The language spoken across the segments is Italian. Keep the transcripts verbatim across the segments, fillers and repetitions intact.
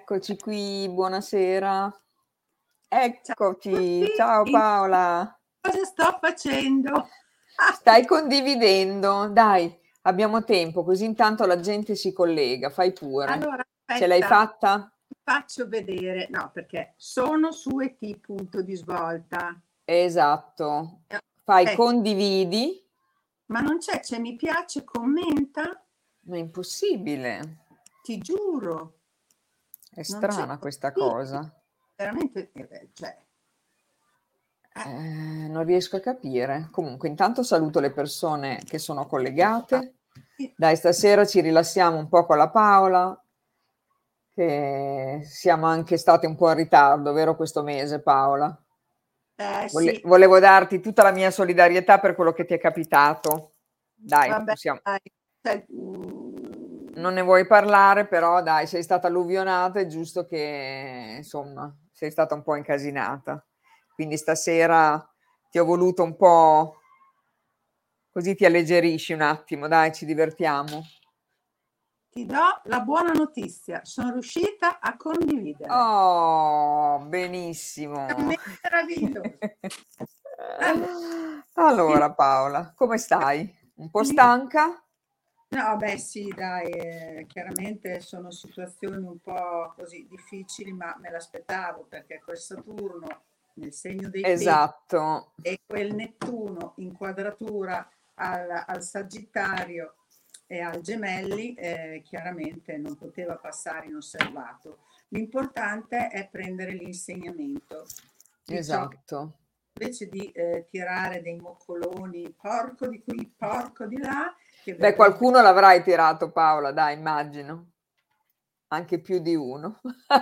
Eccoci qui, buonasera. Ciao a Eccoci, ciao tutti, Paola. cosa sto facendo? Stai condividendo? Dai, abbiamo tempo, così intanto la gente si collega, fai pure. Allora, Ce l'hai aspetta, fatta? ti faccio vedere, no, perché sono su E T punto di svolta. Esatto. Eh, Fai eh, condividi, ma non c'è, c'è mi piace, commenta, ma è impossibile. ti giuro, È non c'è strana questa condividi, cosa. veramente, eh, cioè, eh, Eh, non riesco a capire. Comunque, intanto saluto le persone che sono collegate. sì, Dai, stasera ci rilassiamo un po' con la Paola, che siamo anche state un po' in ritardo, vero, questo mese, Paola? eh, Vole- sì, volevo darti tutta la mia solidarietà per quello che ti è capitato. Dai, vabbè, possiamo. dai, cioè, mm, Non ne vuoi parlare, però dai, sei stata alluvionata, è giusto che, insomma, sei stata un po' incasinata. Quindi stasera ti ho voluto un po', così ti alleggerisci un attimo, dai, ci divertiamo. ti do la buona notizia, sono riuscita a condividere. Oh, È benissimo. meraviglioso. Allora, Allora, Paola, come stai? Un po' stanca? no, beh, sì, dai, eh, chiaramente sono situazioni un po' così difficili, ma me l'aspettavo perché quel Saturno nel segno dei pesci Esatto, e quel Nettuno in quadratura al, al Sagittario e al Gemelli, eh, chiaramente non poteva passare inosservato. L'importante è prendere l'insegnamento di ciò che esatto. invece di eh, tirare dei moccoloni, porco di qui, porco di là, che Beh, verrebbe. qualcuno l'avrai tirato, Paola, dai, immagino. Anche più di uno.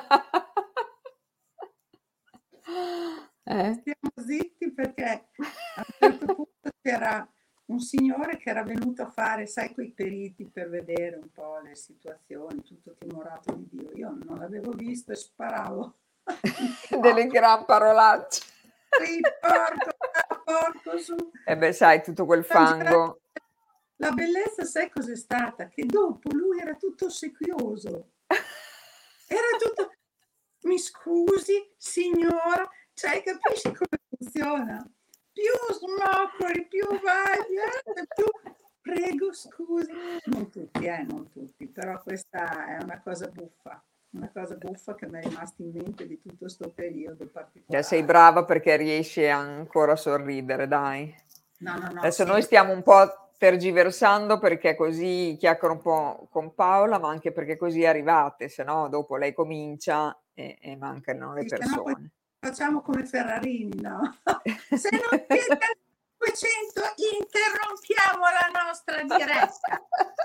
Eh? Stiamo zitti perché a un certo punto c'era un signore che era venuto a fare, sai, quei periti per vedere un po' le situazioni, tutto timorato di Dio. Io non l'avevo visto e sparavo. Delle gran parolacce. Sì, porco, ah, porco su. E beh, sai, tutto quel fango. La bellezza, sai cos'è stata? Che dopo lui era tutto ossequioso. Era tutto, mi scusi, signora, cioè capisci come funziona? Più smoccoli, più vai, eh, più prego, scusi. Non tutti, eh, non tutti, però questa è una cosa buffa, una cosa buffa che mi è rimasta in mente di tutto questo periodo Cioè, sei particolare. brava perché riesci ancora a sorridere, dai. No, no, no, Adesso sì, noi no. stiamo un po' tergiversando perché così chiacchiero un po' con Paola, ma anche perché così arrivate, se no dopo lei comincia e, e mancano le Sì, se no poi persone. facciamo come Ferrarini, no? Se non siete al cinquecento interrompiamo la nostra diretta.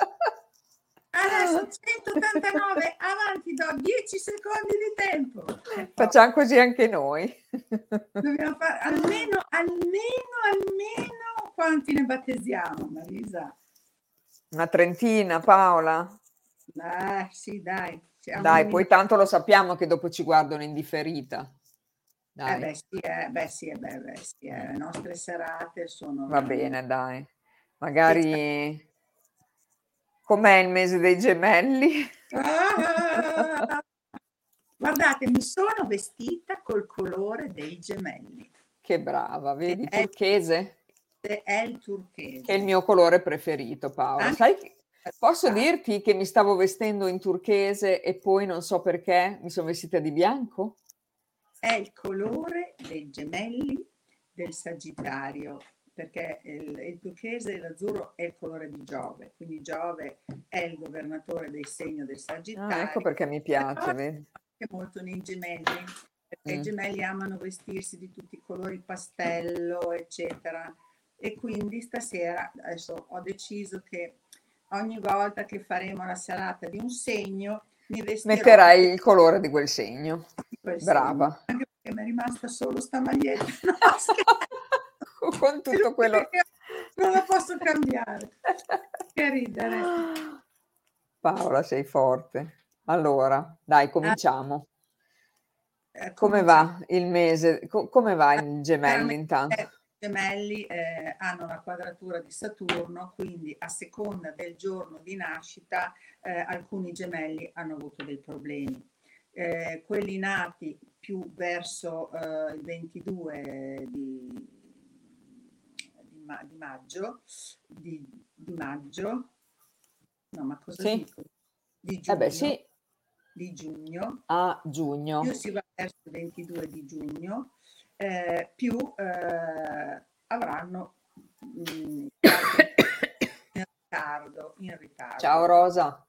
Adesso centottantanove, avanti, do dieci secondi di tempo. Ecco, Facciamo così anche noi. dobbiamo fare almeno, almeno, almeno quanti ne battezziamo, Marisa? Una trentina, Paola. Eh, sì, dai, siamo Dai, poi nominati. tanto lo sappiamo che dopo ci guardano in differita. Eh Dai, beh, sì, eh, beh, sì, eh, beh, beh, sì, eh, mm, le nostre serate sono va veramente. bene, dai. Che c'è? Magari com'è il mese dei gemelli? Ah! Guardate, mi sono vestita col colore dei gemelli, Che brava, che vedi, è, turchese, è il che è il turchese. mio colore preferito, Paola. Anche Sai, che- posso ah, dirti che mi stavo vestendo in turchese e poi non so perché mi sono vestita di bianco? è il colore dei gemelli del Sagittario, perché il, il turchese e l'azzurro è il colore di Giove, quindi Giove è il governatore del segno del Ah, ecco Sagittario, perché mi però piace, vedi? anche molto nei gemelli, perché i Mm. gemelli amano vestirsi di tutti i colori pastello, eccetera. E quindi stasera adesso ho deciso che ogni volta che faremo la serata di un segno mi vestirò Metterai il colore di quel segno. di quel segno, Brava. anche perché mi è rimasta solo sta maglietta, no scherzo, Con è tutto l'unica quello. che ho, non la posso cambiare, che ridere. Paola, sei forte. Allora, dai, Ah, cominciamo. eh, Come cominciamo. va il mese? Co- come va Eh, il gemelli chiaramente intanto? i gemelli eh, hanno la quadratura di Saturno, quindi a seconda del giorno di nascita eh, alcuni gemelli hanno avuto dei problemi. eh, quelli nati più verso eh, il ventidue di, di, ma- di maggio, di, di maggio, no, ma cosa Sì? dico? Di Eh beh, giugno, sì, di giugno, a più giugno. si va verso il ventidue di giugno, eh, più eh, avranno mh, qualche in ritardo, in Ciao ritardo. Rosa.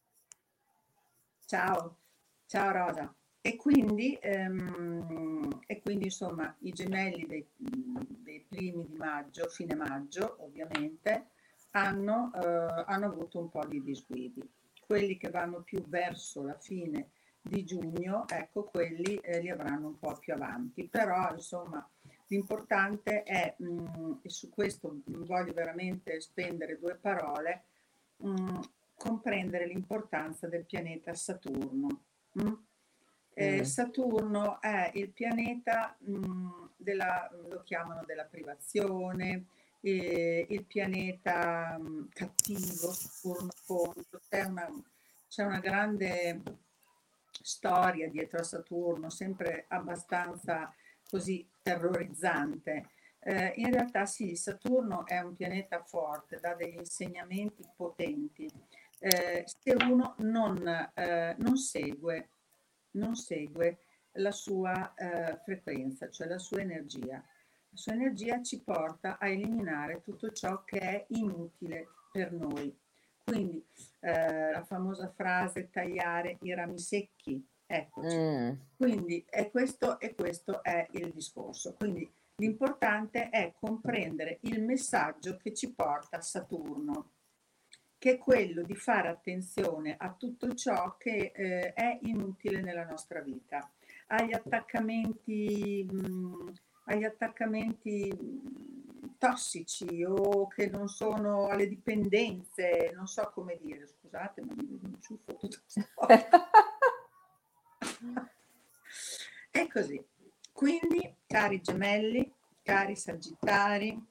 Ciao, ciao Rosa. E quindi, ehm, e quindi insomma i gemelli dei, dei primi di maggio, fine maggio ovviamente, hanno, eh, hanno avuto un po' di disguidi. Quelli che vanno più verso la fine di giugno, ecco, quelli eh, li avranno un po' più avanti. Però insomma l'importante è, mh, e su questo voglio veramente spendere due parole, mh, comprendere l'importanza del pianeta Saturno. Mm? Eh, Mm. Saturno è il pianeta mh, della, lo chiamano della privazione, eh, il pianeta mh, cattivo, Saturno contro. C'è una, c'è una grande storia dietro a Saturno, sempre abbastanza così terrorizzante. Eh, in realtà sì, Saturno è un pianeta forte, dà degli insegnamenti potenti. Eh, se uno non, eh, non segue, non segue la sua eh, frequenza, cioè la sua energia. La sua energia ci porta a eliminare tutto ciò che è inutile per noi. Quindi eh, la famosa frase tagliare i rami secchi, eccoci. Mm. Quindi è questo, e questo è il discorso. Quindi l'importante è comprendere il messaggio che ci porta Saturno, che è quello di fare attenzione a tutto ciò che eh, è inutile nella nostra vita, agli attaccamenti, mh, agli attaccamenti mh, tossici o che non sono alle dipendenze, non so come dire, scusate, ma mi mi ciuffo tutta questa volta. È così. Quindi, cari gemelli, cari sagittari,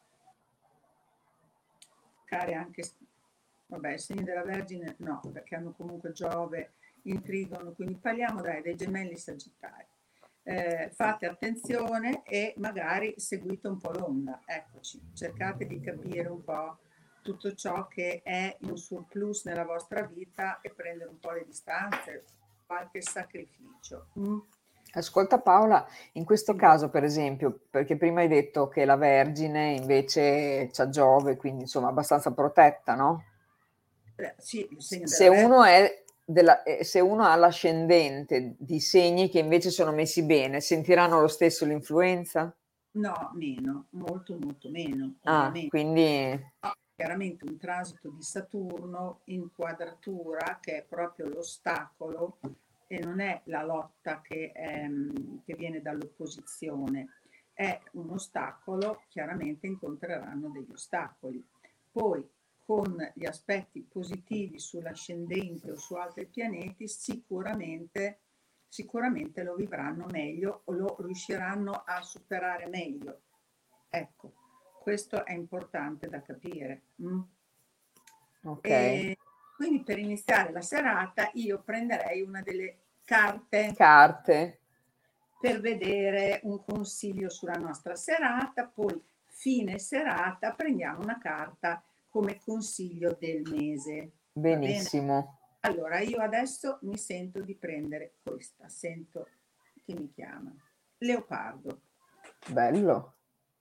cari anche, vabbè, i segni della Vergine no, perché hanno comunque Giove in trigono, quindi parliamo dai dei gemelli sagittari. Eh, fate attenzione e magari seguite un po' l'onda, eccoci, cercate di capire un po' tutto ciò che è in surplus nella vostra vita e prendere un po' le distanze, qualche sacrificio. Mm? Ascolta Paola, in questo Sì. caso per esempio, perché prima hai detto che la Vergine invece c'ha Giove, quindi insomma abbastanza protetta, no? Eh, sì, il segno Se della Vergine. uno è della, eh, se uno ha l'ascendente di segni che invece sono messi bene, sentiranno lo stesso l'influenza? No, meno, molto molto meno, Ah, ovviamente. quindi No, chiaramente un transito di Saturno in quadratura, che è proprio l'ostacolo, e non è la lotta che, ehm, che viene dall'opposizione, è un ostacolo, chiaramente incontreranno degli ostacoli. Poi con gli aspetti positivi sull'ascendente o su altri pianeti, sicuramente, sicuramente lo vivranno meglio o lo riusciranno a superare meglio. Ecco, questo è importante da capire. Mm? ok, E quindi per iniziare la serata io prenderei una delle carte carte. per vedere un consiglio sulla nostra serata, poi fine serata prendiamo una carta come consiglio del mese. Va bene? Benissimo, Allora, io adesso mi sento di prendere questa, sento che mi chiama. Leopardo. bello,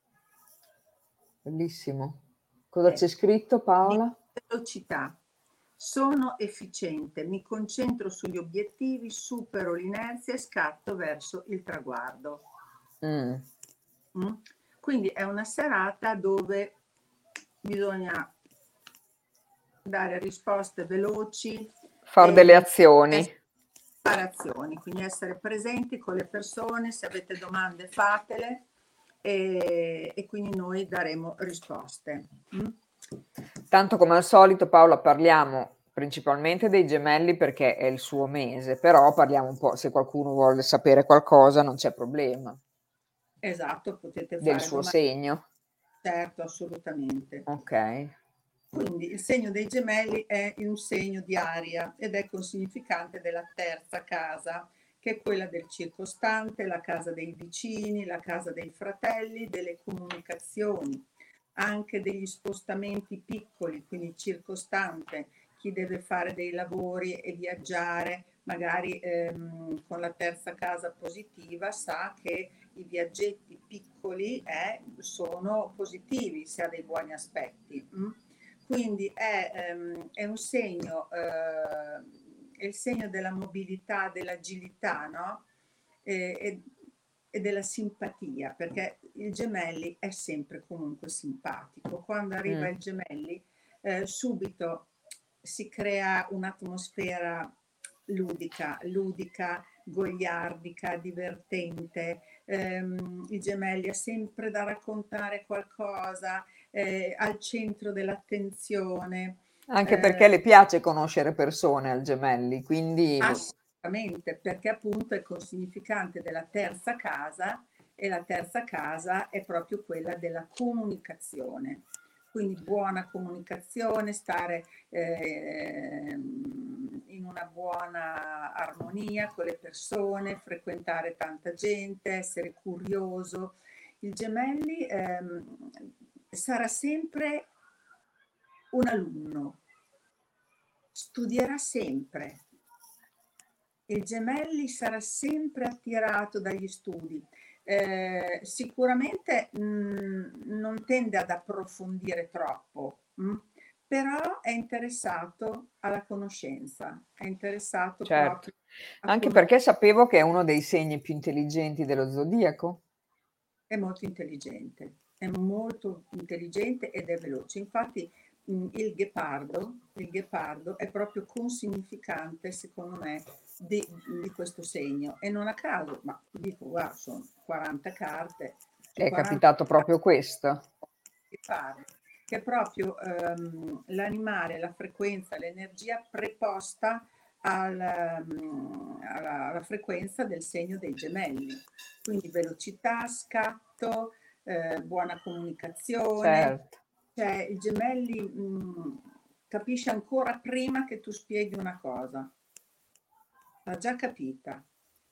bellissimo. Cosa c'è Ecco, scritto di Paola? velocità. Sono efficiente, mi concentro sugli obiettivi, supero l'inerzia e scatto verso il traguardo. Mm. Mm? Quindi è una serata dove bisogna dare risposte veloci Far delle e azioni. fare azioni, quindi essere presenti con le persone, se avete domande fatele e, e quindi noi daremo risposte. Mm? Tanto come al solito Paola parliamo principalmente dei gemelli perché è il suo mese, però parliamo un po', se qualcuno vuole sapere qualcosa non c'è problema, Esatto, potete del fare suo domande, segno. certo, assolutamente. Ok. Quindi il segno dei gemelli è un segno di aria ed è consignificante della terza casa, che è quella del circostante, la casa dei vicini, la casa dei fratelli, delle comunicazioni, anche degli spostamenti piccoli, quindi circostante, chi deve fare dei lavori e viaggiare, magari ehm, con la terza casa positiva, sa che i viaggetti piccoli eh, sono positivi se ha dei buoni aspetti. Mm? Quindi è, ehm, è un segno, eh, è il segno della mobilità, dell'agilità, no? E, e, e della simpatia, perché il gemelli è sempre comunque simpatico. Quando arriva Mm. il gemelli, eh, subito si crea un'atmosfera ludica, ludica, gogliardica, divertente. Ehm, il gemelli ha sempre da raccontare qualcosa, eh, al centro dell'attenzione. Anche Eh, perché le piace conoscere persone al gemelli, quindi Assolutamente, perché appunto è consignificante della terza casa e la terza casa è proprio quella della comunicazione. Quindi buona comunicazione, stare eh, in una buona armonia con le persone, frequentare tanta gente, essere curioso. Il gemelli ehm, sarà sempre un alunno, studierà sempre. Il gemelli sarà sempre attirato dagli studi. Eh, sicuramente mh, non tende ad approfondire troppo, mh, però è interessato alla conoscenza, è interessato certo, proprio a anche conoscere. perché sapevo che è uno dei segni più intelligenti dello zodiaco. È molto intelligente, è molto intelligente ed è veloce. Infatti mh, il ghepardo, il ghepardo è proprio consignificante, secondo me, di, di questo segno. E non a caso, ma dico, guarda, sono quaranta carte, su È quaranta capitato carte proprio questo. ghepardo, che è proprio ehm, l'animale, la frequenza, l'energia preposta al, um, alla, alla frequenza del segno dei gemelli. Quindi velocità, scatto, eh, buona comunicazione. Certo. Cioè il gemelli mh, capisce ancora prima che tu spieghi una cosa. L'ha già capita.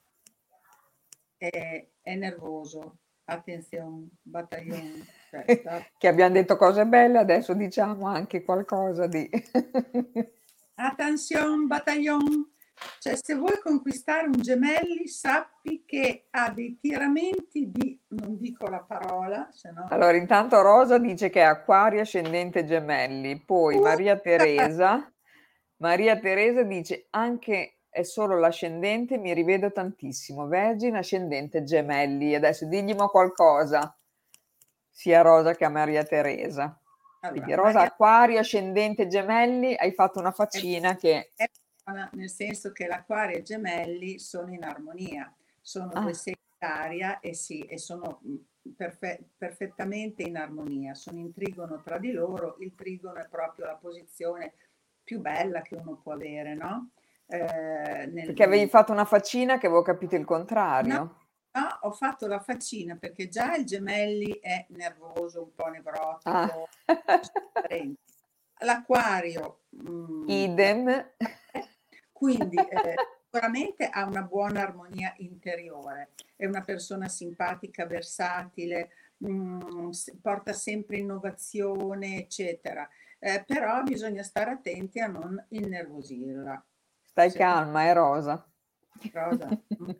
È, è nervoso. Attenzione, battaglione. Cioè, sta... Che abbiamo detto cose belle, adesso diciamo anche qualcosa di... Attenzione, battaglione. Cioè, se vuoi conquistare un gemelli, sappi che ha dei tiramenti di, non dico la parola, se no... Allora, intanto Rosa dice che è Acquario ascendente Gemelli, poi Maria Teresa, Maria Teresa dice anche è solo l'ascendente, mi rivedo tantissimo, Vergine ascendente Gemelli. Adesso diglimo qualcosa, sia a Rosa che a Maria Teresa. Allora, Quindi Rosa Maria Acquario ascendente Gemelli, hai fatto una è, faccina che... è buona, nel senso che l'acquario e i gemelli sono in armonia, sono due Ah, segni d'aria e, sì, e sono perfe- perfettamente in armonia, sono in trigono tra di loro, il trigono è proprio la posizione più bella che uno può avere, no? Eh, perché avevi nel, fatto una faccina che avevo capito il no, contrario. no, ho fatto la faccina perché già il gemelli è nervoso, un po' Ah. nevrotico, sofferente. L'acquario, mh, Idem. quindi eh, sicuramente ha una buona armonia interiore, è una persona simpatica, versatile, mh, porta sempre innovazione, eccetera. Eh, però bisogna stare attenti a non innervosirla. Stai Se tu, calma, è Rosa. Rosa, mh,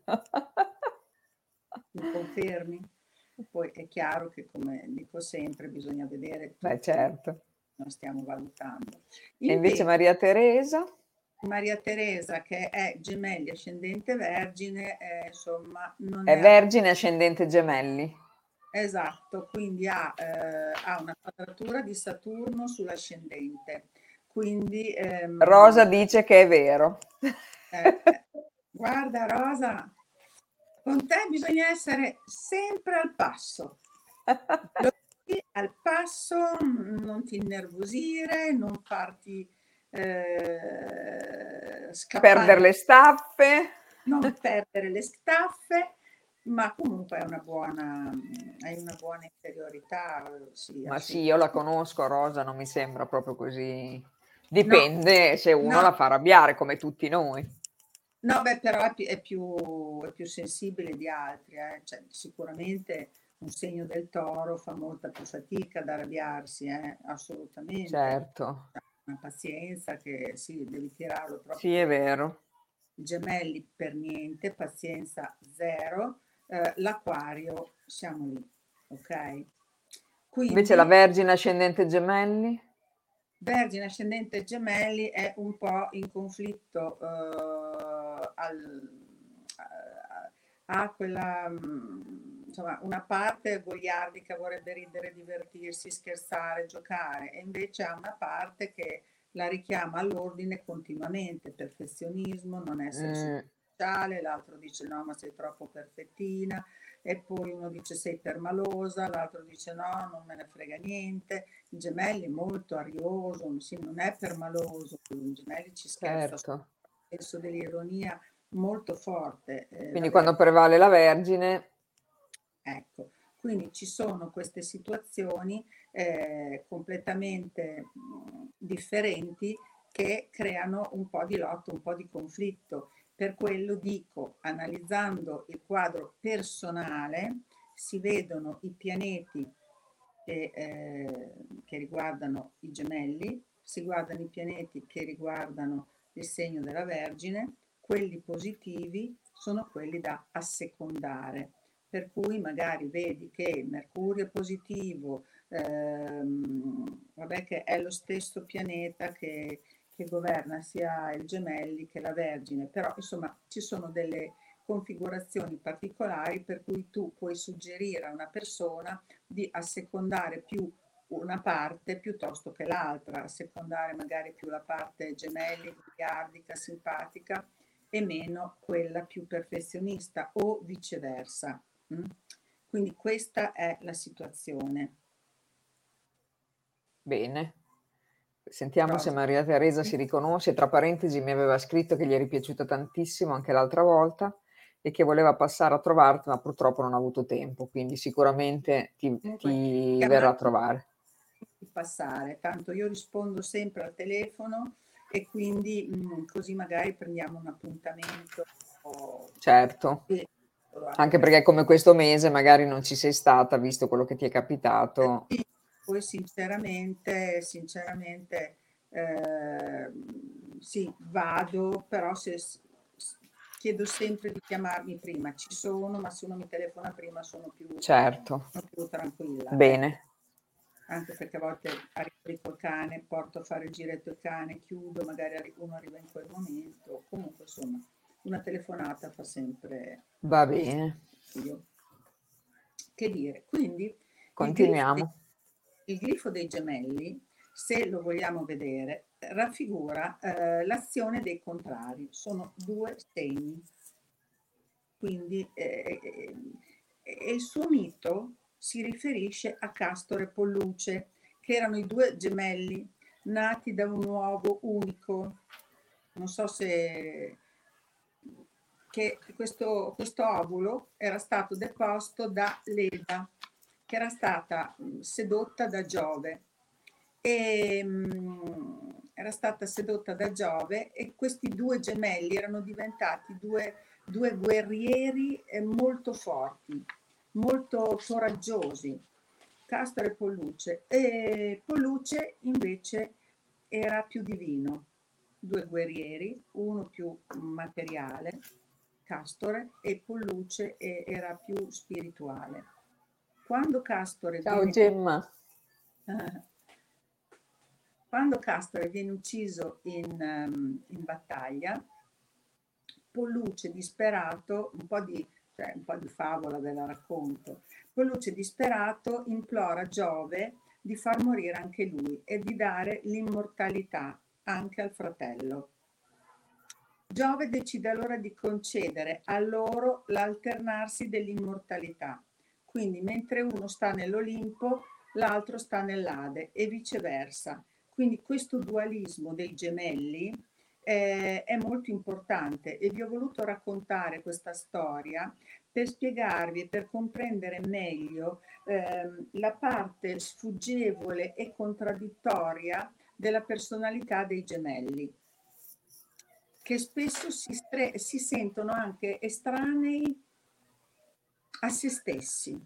mi confermi? Poi è chiaro che, come dico sempre, bisogna vedere Beh, tutti, certo. noi stiamo valutando. E invece Invece, Maria Teresa Maria Teresa, che è gemelli ascendente vergine, eh, insomma, non è ne ha Vergine ascendente Gemelli. esatto, quindi ha, eh, ha una quadratura di Saturno sull'ascendente. Quindi, ehm, Rosa dice che è vero. eh, eh, guarda Rosa, con te bisogna essere sempre al passo. Veloci, al passo, non ti innervosire, non farti eh, Perdere scappare, le staffe. non perdere le staffe, ma comunque è una buona, hai una buona interiorità, sì, Ma sì, io la assolutamente. conosco, Rosa, non mi sembra proprio così. No, Dipende se uno no, la fa arrabbiare, come tutti noi. no, beh, però è più, è più, è più sensibile di altri, eh. Cioè, sicuramente un segno del toro fa molta più fatica ad arrabbiarsi, eh, assolutamente. Certo, Una pazienza che sì, devi tirarlo proprio sì, è per vero. i gemelli per niente, pazienza zero, eh, l'acquario siamo lì, ok? Invece la Quindi Vergine ascendente Gemelli? Vergine ascendente gemelli è un po' in conflitto eh, al, a, a quella, mh, insomma, una parte goliardica vorrebbe ridere, divertirsi, scherzare, giocare, e invece ha una parte che la richiama all'ordine continuamente, perfezionismo, non essere Mm, superficiale, l'altro dice no, ma sei troppo perfettina, e poi uno dice sei permalosa, l'altro dice no, non me ne frega niente. Il gemelli è molto arioso, sì, non è permaloso, il gemelli ci scherza, certo. senso dell'ironia molto forte. Eh, Quindi vabbè, quando prevale la Vergine, ecco, quindi ci sono queste situazioni eh, completamente mh, differenti che creano un po' di lotto, un po' di conflitto. Per quello dico, analizzando il quadro personale, si vedono i pianeti che, eh, che riguardano i gemelli, si guardano i pianeti che riguardano il segno della Vergine, quelli positivi sono quelli da assecondare. Per cui magari vedi che Mercurio è positivo, ehm, vabbè che è lo stesso pianeta che, che governa sia il Gemelli che la Vergine, però insomma ci sono delle configurazioni particolari per cui tu puoi suggerire a una persona di assecondare più una parte piuttosto che l'altra, assecondare magari più la parte gemelli, goliardica, simpatica e meno quella più perfezionista o viceversa. Mm? Quindi questa è la situazione. bene. Sentiamo se Rosa. Maria Teresa si riconosce. Tra parentesi mi aveva scritto che gli eri piaciuta tantissimo anche l'altra volta e che voleva passare a trovarti, ma purtroppo non ha avuto tempo, quindi sicuramente ti, Comunque ti verrà a chiamarmi trovare. di passare, tanto io rispondo sempre al telefono e quindi mh, così magari prendiamo un appuntamento o- Certo, sì, anche anche perché perché come questo mese magari non ci sei stata, visto quello che ti è eh, capitato. sì, poi sinceramente, sinceramente eh, sì, vado, però se, s- chiedo sempre di chiamarmi prima, ci sono, ma se uno mi telefona prima sono più, Certo, sono più tranquilla, ecco. bene, Anche perché a volte arrivo col cane, porto a fare il giretto il cane, chiudo, magari arri- uno arriva in quel momento. Comunque, insomma, una telefonata fa sempre va bene. meglio. Che dire, quindi il grifo dei, Continuiamo. il grifo dei gemelli, se lo vogliamo vedere, raffigura eh, l'azione dei contrari. Sono due segni. Quindi eh, eh, eh, il suo mito si riferisce a Castore e Polluce, che erano i due gemelli nati da un uovo unico. Non so se che questo, questo ovulo era stato deposto da Leda, che era stata mh, sedotta da Giove. E, mh, era stata sedotta da Giove e questi due gemelli erano diventati due, due guerrieri eh, molto forti, molto coraggiosi, Castore e Polluce. E Polluce invece era più divino, due guerrieri, uno più materiale, Castore, e Polluce e- era più spirituale. Quando Castore Ciao viene, Gemma. quando Castore viene ucciso in, ehm, in battaglia, Polluce disperato, un po' di, cioè, un po' di favola ve la racconto, Polluce disperato implora Giove di far morire anche lui e di dare l'immortalità anche al fratello. Giove decide allora di concedere a loro l'alternarsi dell'immortalità. Quindi mentre uno sta nell'Olimpo, l'altro sta nell'Ade e viceversa. Quindi questo dualismo dei gemelli eh, è molto importante e vi ho voluto raccontare questa storia per spiegarvi e per comprendere meglio ehm, la parte sfuggevole e contraddittoria della personalità dei gemelli, che spesso si, stre- si sentono anche estranei a se stessi.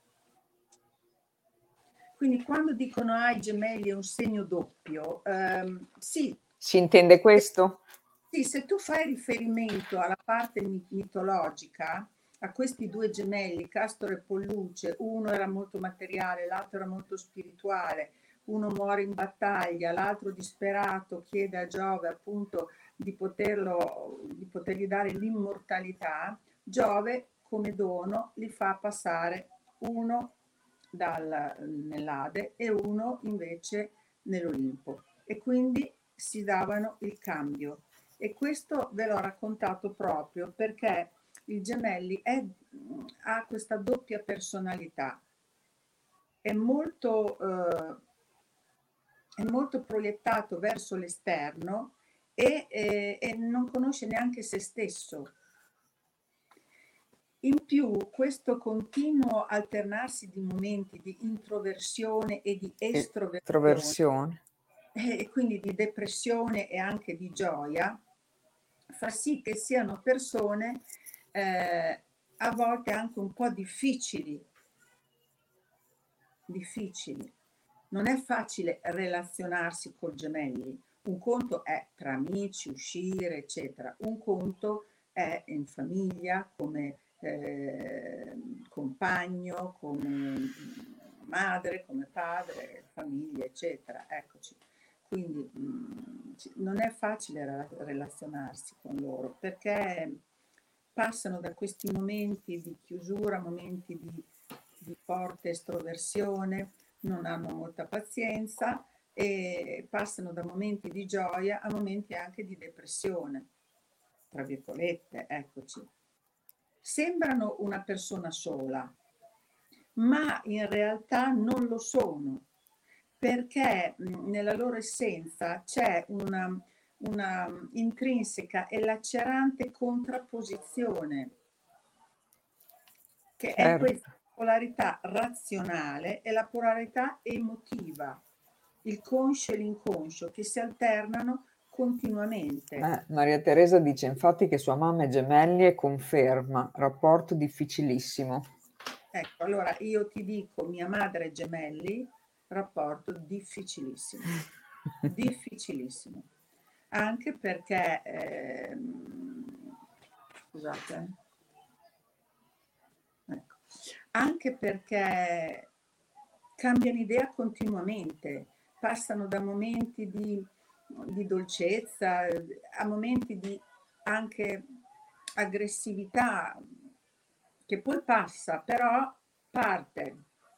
Quindi quando dicono ah, i gemelli è un segno doppio, ehm, sì. Si intende questo? Sì, se tu fai riferimento alla parte mitologica, a questi due gemelli, Castoro e Polluce, uno era molto materiale, l'altro era molto spirituale, uno muore in battaglia, l'altro disperato chiede a Giove appunto di, poterlo, di potergli dare l'immortalità, Giove come dono li fa passare uno dal, nell'Ade e uno invece nell'Olimpo, e quindi si davano il cambio. E questo ve l'ho raccontato proprio perché il Gemelli è, ha questa doppia personalità, è molto, eh, è molto proiettato verso l'esterno e, eh, e non conosce neanche se stesso. In più, questo continuo alternarsi di momenti di introversione e di estroversione, Estroversione. e quindi di depressione e anche di gioia, fa sì che siano persone eh, a volte anche un po' difficili. Difficili. Non è facile relazionarsi col gemelli. Un conto è tra amici, uscire, eccetera. Un conto è in famiglia, come eh, compagno, come madre, come padre, famiglia, eccetera. Eccoci. Quindi mh, non è facile relazionarsi con loro perché passano da questi momenti di chiusura, momenti di, di forte estroversione, non hanno molta pazienza e passano da momenti di gioia a momenti anche di depressione, tra virgolette, eccoci. Sembrano una persona sola, ma in realtà non lo sono, perché nella loro essenza c'è una, una intrinseca e lacerante contrapposizione, che è Certo. questa polarità razionale e la polarità emotiva, il conscio e l'inconscio che si alternano continuamente. Eh, Maria Teresa dice infatti che sua mamma è gemelli e conferma, rapporto difficilissimo. Ecco, allora io ti dico, mia madre è gemelli, rapporto difficilissimo, difficilissimo, anche perché, ehm, scusate, ecco, anche perché cambiano idea continuamente, passano da momenti di, di dolcezza a momenti di anche aggressività, che poi passa, però parte.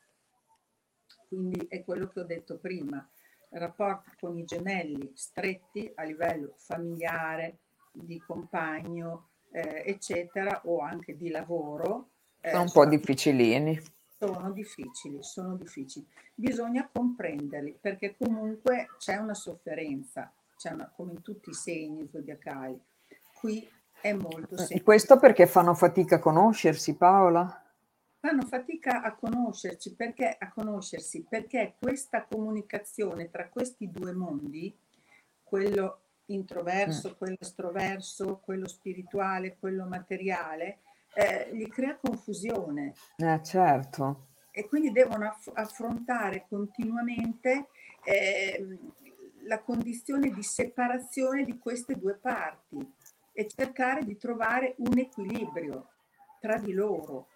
Quindi è quello che ho detto prima, rapporti con i gemelli stretti a livello familiare, di compagno, eh, eccetera, o anche di lavoro. Sono Eh, un po' sono, difficilini. sono difficili, sono difficili. Bisogna comprenderli perché comunque c'è una sofferenza, c'è una, come in tutti i segni zodiacali. Qui è molto semplice. Questo perché fanno fatica a conoscersi, Paola? Fanno fatica a conoscerci perché, a conoscersi perché questa comunicazione tra questi due mondi, quello introverso, mm. quello estroverso, quello spirituale, quello materiale, eh, gli crea confusione. Eh, certo. E quindi devono aff- affrontare continuamente eh, la condizione di separazione di queste due parti e cercare di trovare un equilibrio tra di loro.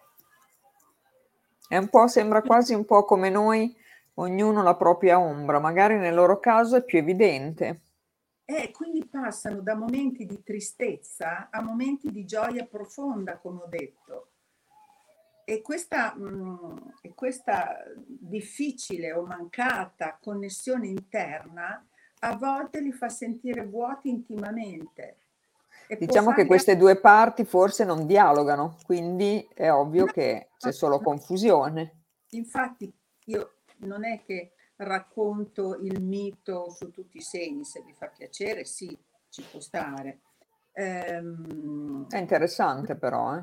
È un po', sembra quasi un po' come noi, ognuno la propria ombra, magari nel loro caso è più evidente. E quindi passano da momenti di tristezza a momenti di gioia profonda, come ho detto. E questa, mh, e questa difficile o mancata connessione interna a volte li fa sentire vuoti intimamente. E diciamo che queste anche... due parti forse non dialogano, quindi è ovvio no, che c'è solo no. confusione. Infatti io non è che racconto il mito su tutti i segni, se vi fa piacere, sì, ci può stare. Ehm, è interessante però, eh?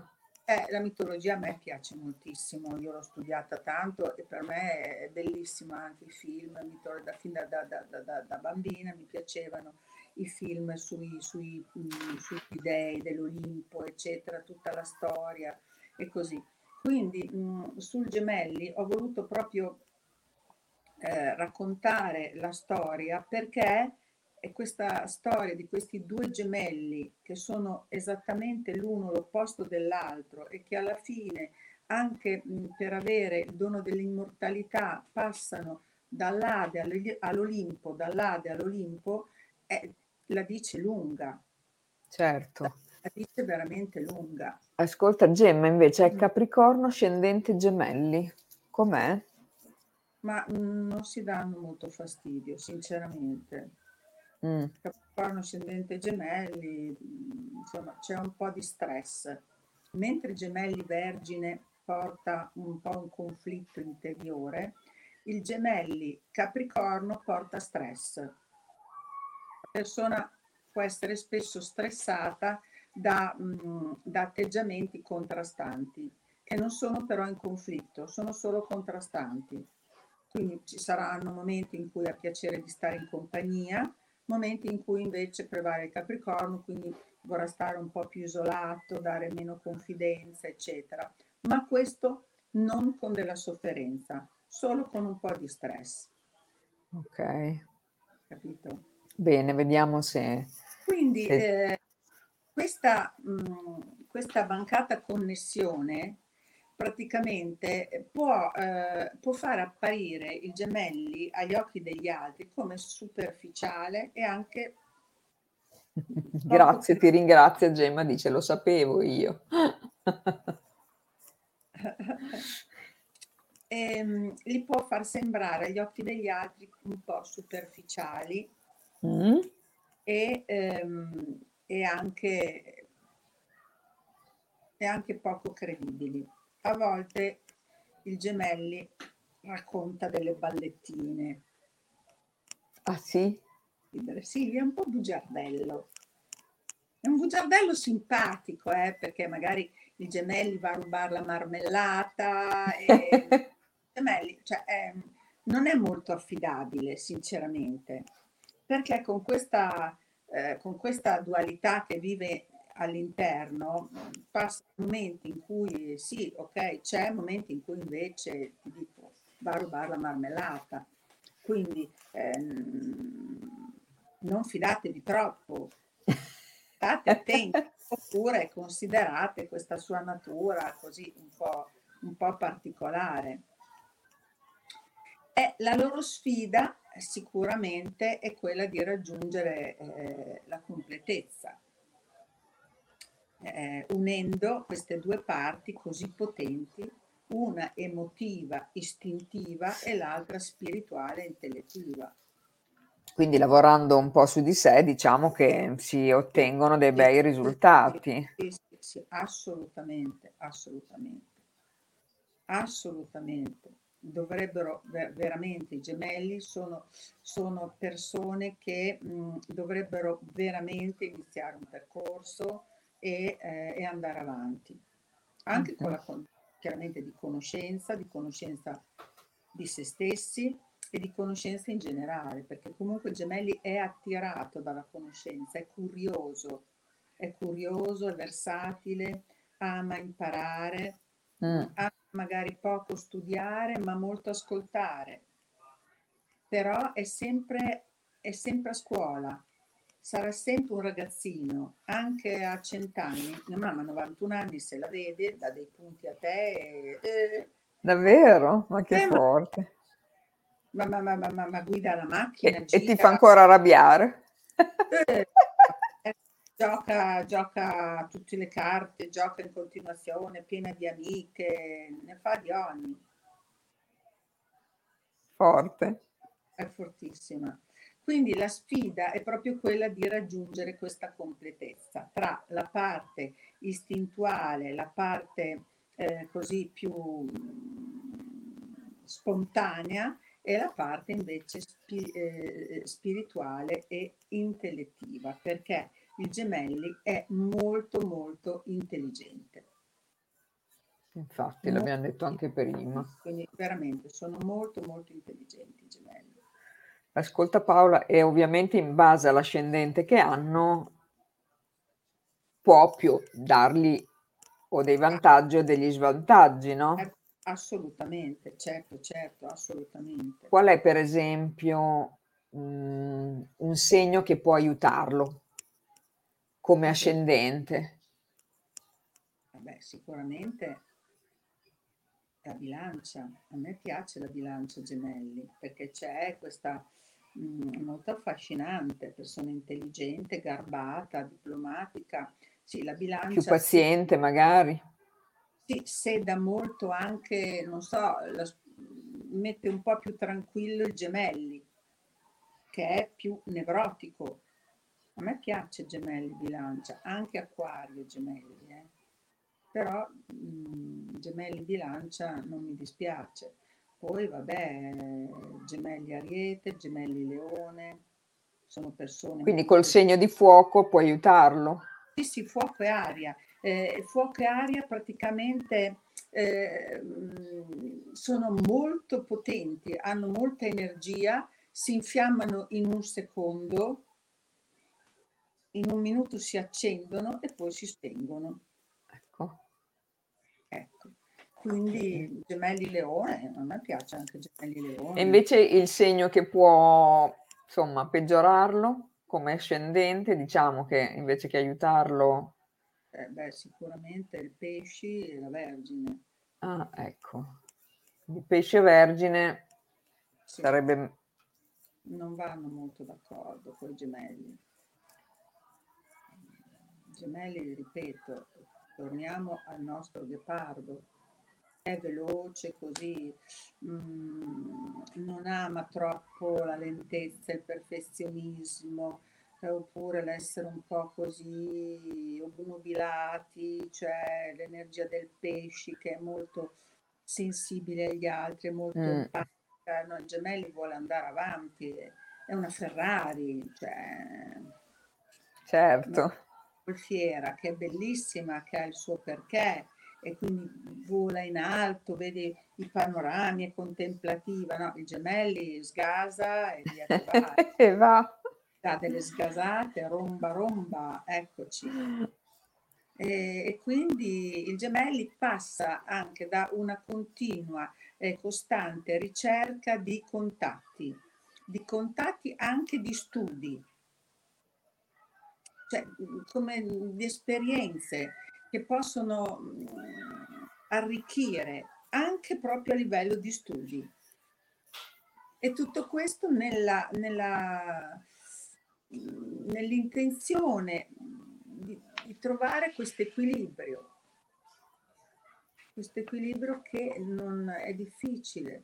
Eh, la mitologia a me piace moltissimo, io l'ho studiata tanto e per me è bellissima anche i film, mitolo- da, fin da, da- da- da- da- da bambina mi piacevano i film sui, sui, mm, sugli dei dell'Olimpo, eccetera, tutta la storia e così. Quindi mm, sul Gemelli ho voluto proprio eh, raccontare la storia perché è questa storia di questi due gemelli che sono esattamente l'uno l'opposto dell'altro e che alla fine, anche mh, per avere il dono dell'immortalità, passano dall'Ade all'Oli- all'Olimpo, dall'Ade all'Olimpo, eh, la dice lunga, Certo. la dice veramente lunga. Ascolta, Gemma invece è Capricorno scendente Gemelli. Com'è? Ma mm, non si danno molto fastidio, sinceramente. Mm, Capricorno ascendente Gemelli, mm, insomma, c'è un po' di stress. Mentre Gemelli Vergine porta un po' un conflitto interiore, il Gemelli Capricorno porta stress. La persona può essere spesso stressata da, mh, da atteggiamenti contrastanti, che non sono però in conflitto, sono solo contrastanti. Quindi ci saranno momenti in cui ha piacere di stare in compagnia, momenti in cui invece prevale il Capricorno, quindi vorrà stare un po' più isolato, dare meno confidenza, eccetera. Ma questo non con della sofferenza, solo con un po' di stress, ok. capito? Bene, vediamo se, Quindi se- eh, questa, mh, questa mancata connessione praticamente eh, può, eh, può far apparire il Gemelli agli occhi degli altri come superficiale e anche poco Grazie, ti credibile. ringrazio Gemma, dice lo sapevo io. Ehm, li può far sembrare agli occhi degli altri un po' superficiali Mm? e, ehm, e anche e anche poco credibili. A volte il Gemelli racconta delle ballettine. Ah sì? Sì, è un po' bugiardello. È un bugiardello simpatico, eh, perché magari il Gemelli va a rubare la marmellata e Gemelli, cioè, è- non è molto affidabile, sinceramente, perché con questa, eh, con questa dualità che vive all'interno, passa momenti in cui sì, ok, c'è momenti in cui invece ti dico, va a rubare la marmellata. Quindi ehm, non fidatevi troppo, state attenti, oppure considerate questa sua natura così un po', un po' particolare. E la loro sfida eh, sicuramente è quella di raggiungere eh, la completezza, eh, unendo queste due parti così potenti, una emotiva, istintiva e l'altra spirituale e intellettiva. Quindi lavorando un po' su di sé, diciamo che si Sì, ottengono dei sì, bei sì, sì, risultati. sì, sì, sì, assolutamente, assolutamente, assolutamente. Dovrebbero ver- veramente i gemelli sono, sono persone che mh, dovrebbero veramente iniziare un percorso e, eh, e andare avanti, anche con Mhm. la con- chiaramente di conoscenza, di conoscenza di se stessi e di conoscenza in generale, perché comunque il gemelli è attirato dalla conoscenza, è curioso, è curioso, è versatile, ama imparare, mh, Mm. ama magari poco studiare, ma molto ascoltare, però è sempre, è sempre a scuola, sarà sempre un ragazzino, anche a cent'anni, la mamma a novantuno anni se la vede, dà dei punti a te, e, eh, Davvero? Ma che eh, ma, forte. ma, ma, ma, ma, ma- ma guida la macchina, E, e ti fa gira, ancora arrabbiare? eh, eh, gioca, gioca tutte le carte, gioca in continuazione, piena di amiche, ne fa di ogni. Forte. È fortissima. Quindi la sfida è proprio quella di raggiungere questa completezza tra la parte istintuale, la parte eh, così più mm, spontanea e la parte invece spi- eh, spirituale e intellettiva, perché il gemelli è molto molto intelligente. infatti Molto l'abbiamo detto anche prima. intelligenti, quindi veramente sono molto molto intelligenti i gemelli. Ascolta Paola, e ovviamente in base all'ascendente che hanno, può più dargli o dei Ah, vantaggi o degli svantaggi, no? eh, assolutamente, certo, certo, assolutamente. Qual è per esempio mm, un segno che può aiutarlo come Ah, beh, ascendente? vabbè, sicuramente la bilancia. A me piace la bilancia gemelli perché c'è questa mm, molto affascinante, persona intelligente, garbata, diplomatica. Sì, la Più bilancia sì, paziente magari? sì, seda molto anche, non so, la- mette un po' più tranquillo il gemelli, che è più nevrotico. A me piace gemelli bilancia, anche acquario gemelli, eh. Però mh, gemelli bilancia non mi dispiace. Poi vabbè, gemelli ariete, gemelli leone, sono persone Quindi col molto... segno di fuoco può aiutarlo. Sì, sì, fuoco e aria. Eh, fuoco e aria praticamente eh, mh, sono molto potenti, hanno molta energia, si infiammano in un secondo, in un minuto si accendono e poi si spengono. Ecco. Ecco. Ok. Quindi gemelli leone, a me piace anche gemelli E leone. invece il segno che può, insomma, peggiorarlo come ascendente, diciamo che invece che aiutarlo, Eh, beh, sicuramente il pesci e la vergine. ah, ecco, il pesce vergine Sì, sarebbe, non vanno molto d'accordo con i gemelli. Gemelli, ripeto, torniamo al nostro ghepardo. È veloce così, mm, non ama troppo la lentezza, il perfezionismo, eh, oppure l'essere un po' così obnubilati, cioè l'energia del pesci che è molto sensibile agli altri, è molto mm, empatica. No, il gemelli vuole andare avanti, è una Ferrari, cioè una certo. golfiera che è bellissima, che ha il suo perché e quindi vola in alto, vede i panorami, è contemplativa, no? Il gemelli sgasa e via che va, E va. dà delle sgasate, romba romba, eccoci. E, e quindi il gemelli passa anche da una continua e costante ricerca di contatti, di contatti anche di studi, cioè mh, come mh, di esperienze che possono mh, arricchire anche proprio a livello di studi. E tutto questo nella, nella, mh, nell'intenzione di, di trovare questo equilibrio, questo equilibrio che non è difficile,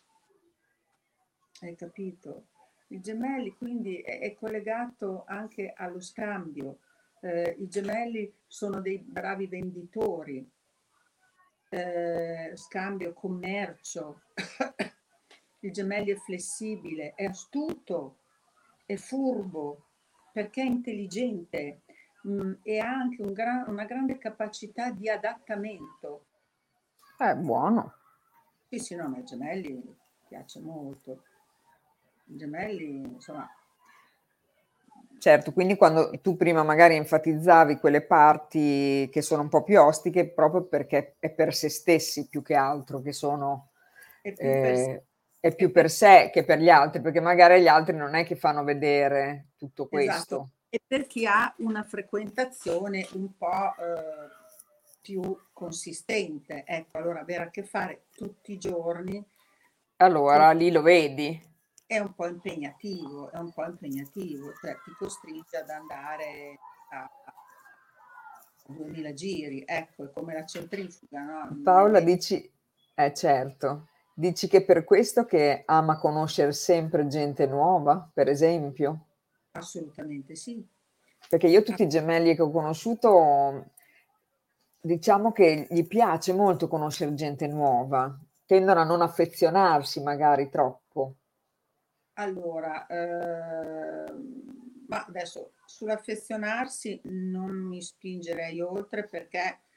hai capito? Il gemelli quindi è, è collegato anche allo scambio. Eh, I gemelli sono dei bravi venditori, eh, scambio, commercio. Il gemelli è flessibile, è astuto, è furbo, perché è intelligente mh, e ha anche un gran- una grande capacità di adattamento. È buono. Sì, sì, no, ma i gemelli piace molto. I gemelli, insomma, Certo, quindi quando tu prima magari enfatizzavi quelle parti che sono un po' più ostiche, proprio perché è per se stessi più che altro, che sono, è più per sé, eh, è è più per per sé che per gli altri, perché magari gli altri non è che fanno vedere tutto esatto, questo. e per chi ha una frequentazione un po' eh, più consistente. Ecco, allora avere a che fare tutti i giorni con Allora lì lo vedi. è un po' impegnativo, è un po' impegnativo, cioè ti costringe ad andare a, a duemila giri, ecco, è come la centrifuga, no? Ne Paola devi- dici, eh certo, dici che per questo che ama conoscere sempre gente nuova, per esempio? assolutamente sì. Perché io Ah, tutti i gemelli che ho conosciuto, diciamo che gli piace molto conoscere gente nuova, tendono a non affezionarsi magari troppo. allora, ehm, ma adesso sull'affezionarsi non mi spingerei oltre perché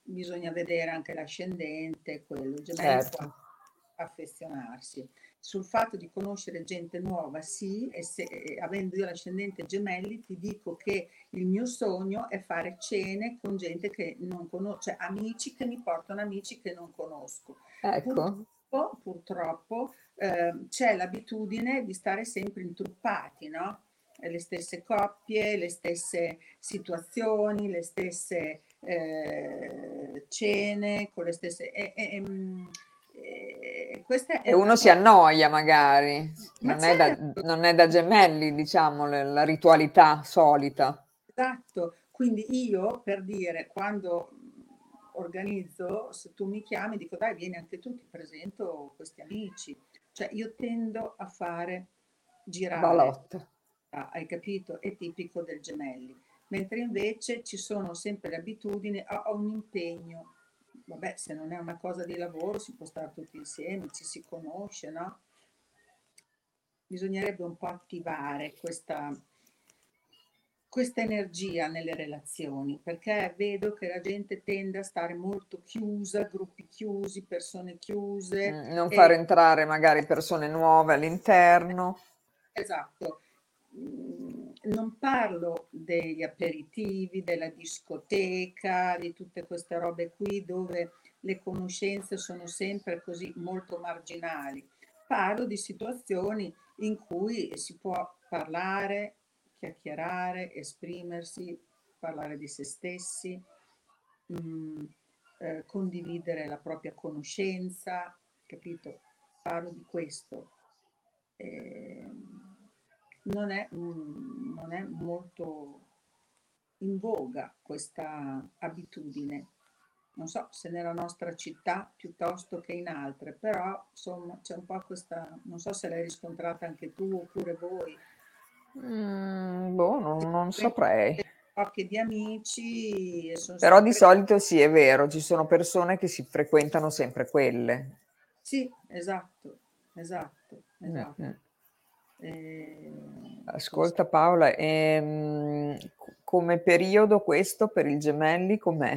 bisogna vedere anche l'ascendente, quello. I gemelli può Certo. affezionarsi. Sul fatto di conoscere gente nuova, sì, e se, e avendo io l'ascendente gemelli, ti dico che il mio sogno è fare cene con gente che non conosco, cioè amici che mi portano amici che non conosco. Ecco. Purtroppo, purtroppo eh, c'è l'abitudine di stare sempre intruppati, no? Le stesse coppie, le stesse situazioni, le stesse eh, cene, con le stesse... E, e, e, e questa E è una uno si cosa... annoia magari, Ma non è da, certo, non è da gemelli, diciamo, le- la ritualità solita. esatto. Quindi io, per dire, quando organizzo, se tu mi chiami, dico dai, vieni anche tu, ti presento questi amici. Cioè io tendo a fare girare, Balotto. ah, hai capito? È tipico del gemelli. Mentre invece ci sono sempre le abitudini a, a un impegno. Vabbè, se non è una cosa di lavoro si può stare tutti insieme, ci si conosce, no? Bisognerebbe un po' attivare questa, questa energia nelle relazioni, perché vedo che la gente tende a stare molto chiusa, gruppi chiusi, persone chiuse Mm, non far e entrare magari persone nuove all'interno. esatto. Mm, non parlo degli aperitivi, della discoteca, di tutte queste robe qui dove le conoscenze sono sempre così molto marginali. Parlo di situazioni in cui si può parlare, chiacchierare, esprimersi, parlare di se stessi, mm, eh, condividere la propria conoscenza, capito? Parlo di questo. Eh, non è, mm, non è molto in voga questa abitudine. Non so se nella nostra città piuttosto che in altre, però insomma c'è un po' questa, non so se l'hai riscontrata anche tu oppure voi, Mm, boh, non, non saprei. coppie di amici e sono Però di sempre... solito sì, è vero, ci sono persone che si frequentano sempre quelle. Sì, esatto, esatto, Mm, esatto. mm. Eh, questo. Ascolta Paola, ehm, c- come periodo questo per il gemelli com'è?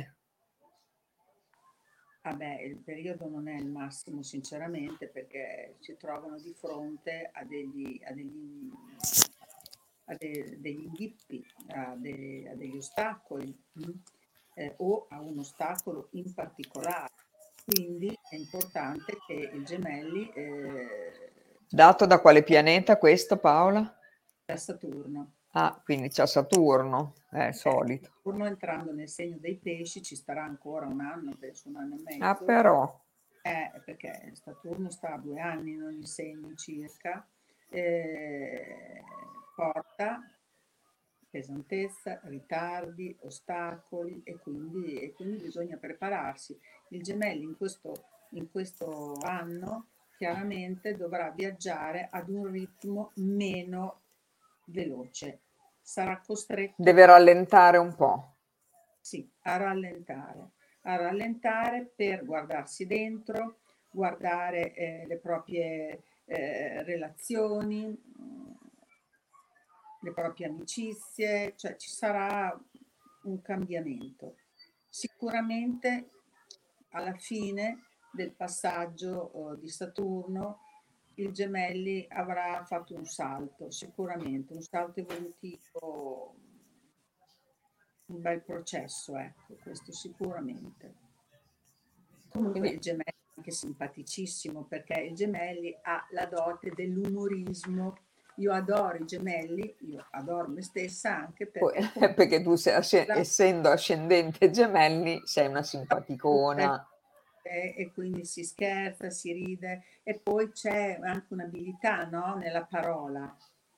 Vabbè, il periodo non è il massimo sinceramente perché si trovano di fronte a degli, a degli, a de- degli inghippi, a, de- a degli ostacoli mm, eh, o a un ostacolo in particolare. Quindi è importante che il gemelli eh, Dato da quale pianeta questo, Paola? da Saturno. Ah, quindi c'è Saturno, è Eh, solito. Saturno entrando nel segno dei pesci ci starà ancora un anno, penso un anno e Ah, mezzo. però, Eh, perché Saturno sta a due anni in ogni segno circa, eh, porta pesantezza, ritardi, ostacoli e quindi, e quindi bisogna prepararsi. Il gemelli in questo, in questo anno chiaramente dovrà viaggiare ad un ritmo meno veloce, sarà costretto deve a rallentare un po'. sì, a rallentare, a rallentare per guardarsi dentro, guardare eh, le proprie eh, relazioni, mh, le proprie amicizie, cioè ci sarà un cambiamento. Sicuramente alla fine del passaggio eh, di Saturno il Gemelli avrà fatto un salto, sicuramente, un salto evolutivo, un bel processo, ecco, questo sicuramente. Comunque Quindi il Gemelli è anche simpaticissimo perché il Gemelli ha la dote dell'umorismo. Io adoro i Gemelli, io adoro me stessa anche poi, perché comunque perché tu sei asce- la essendo ascendente gemelli sei una battuta simpaticona. e quindi si scherza, si ride e poi c'è anche un'abilità, no, nella parola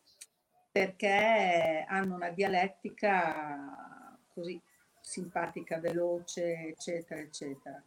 perché hanno una dialettica così simpatica, veloce, eccetera, eccetera.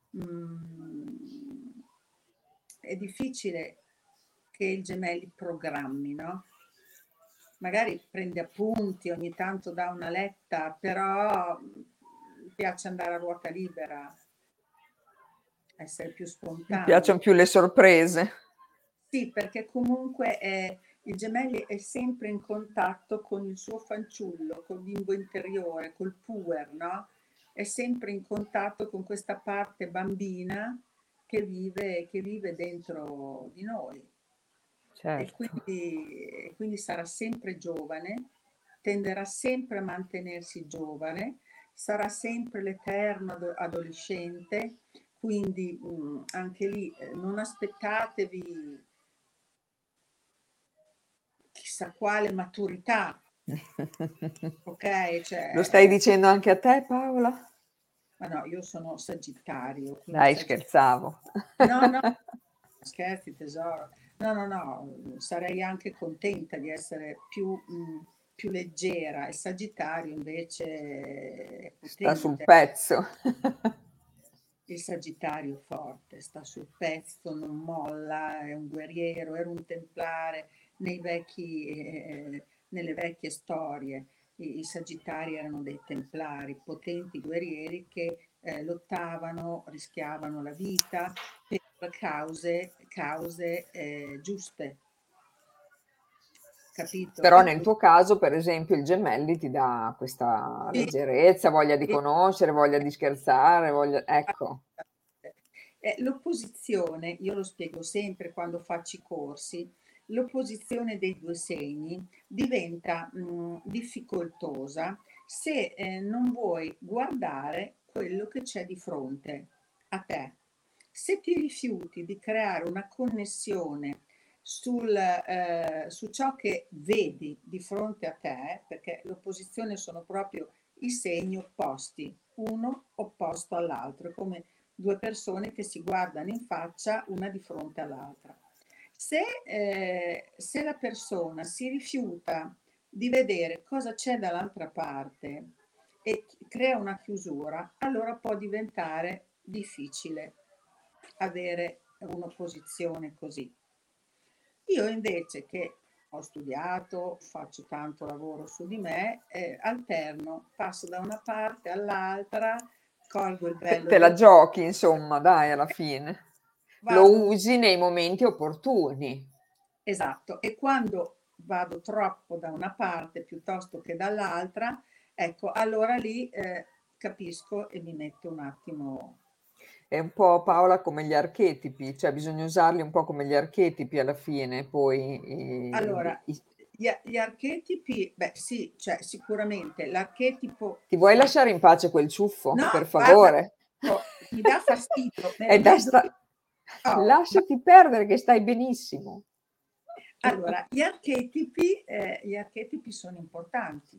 Mm, è difficile che il gemelli programmi, no? Magari prende appunti, ogni tanto dà una letta, però mm, piace andare a ruota libera, essere più Mi spontaneo. piacciono più le sorprese. Sì, perché comunque è, il gemelli è sempre in contatto con il suo fanciullo, col bimbo interiore, col puer, no? è sempre in contatto con questa parte bambina che vive, che vive dentro di noi. E certo. quindi, e quindi sarà sempre giovane, tenderà sempre a mantenersi giovane, sarà sempre l'eterno ado- adolescente, quindi mh, anche lì eh, non aspettatevi chissà quale maturità, ok? Lo stai Cioè, dicendo anche a te, Paola? ma no, io sono Sagittario, quindi Dai, Sagittario. scherzavo. No, no, scherzi tesoro. No, no, no, sarei anche contenta di essere più, mh, più leggera. Il Sagittario invece è Sta sul potente. pezzo. Il Sagittario forte, sta sul pezzo, non molla, è un guerriero, era un templare nei vecchi, eh, nelle vecchie storie. I, i Sagittari erano dei templari, potenti guerrieri che eh, lottavano, rischiavano la vita per cause, cause eh, giuste, capito? Però E nel quindi tuo caso, per esempio, il Gemelli ti dà questa sì, leggerezza, voglia di sì, conoscere, voglia di scherzare, voglia... Ecco, Eh, l'opposizione, io lo spiego sempre quando faccio i corsi, l'opposizione dei due segni diventa mh, difficoltosa se eh, non vuoi guardare quello che c'è di fronte a te. Se ti rifiuti di creare una connessione sul, eh, su ciò che vedi di fronte a te, perché l'opposizione sono proprio i segni opposti, uno opposto all'altro, come due persone che si guardano in faccia una di fronte all'altra. Se, eh, se la persona si rifiuta di vedere cosa c'è dall'altra parte e crea una chiusura, allora può diventare difficile avere un'opposizione così. Io invece che ho studiato, faccio tanto lavoro su di me, eh, alterno, passo da una parte all'altra, colgo il te, bello te la del... giochi, insomma, dai, alla fine. Lo Vado, usi nei momenti opportuni. esatto, e quando vado troppo da una parte piuttosto che dall'altra, ecco, allora lì eh, capisco e mi metto un attimo. È un po', Paola, come gli archetipi, cioè bisogna usarli un po' come gli archetipi alla fine, poi i- Allora, i- gli, gli archetipi, beh sì, cioè sicuramente l'archetipo ti vuoi forte. lasciare in pace quel ciuffo, No, per guarda, favore? oh, mi dà fastidio, me È lo da vedo. sta... Oh, ma Lasciati perdere che stai benissimo. allora, gli archetipi, eh, gli archetipi sono importanti.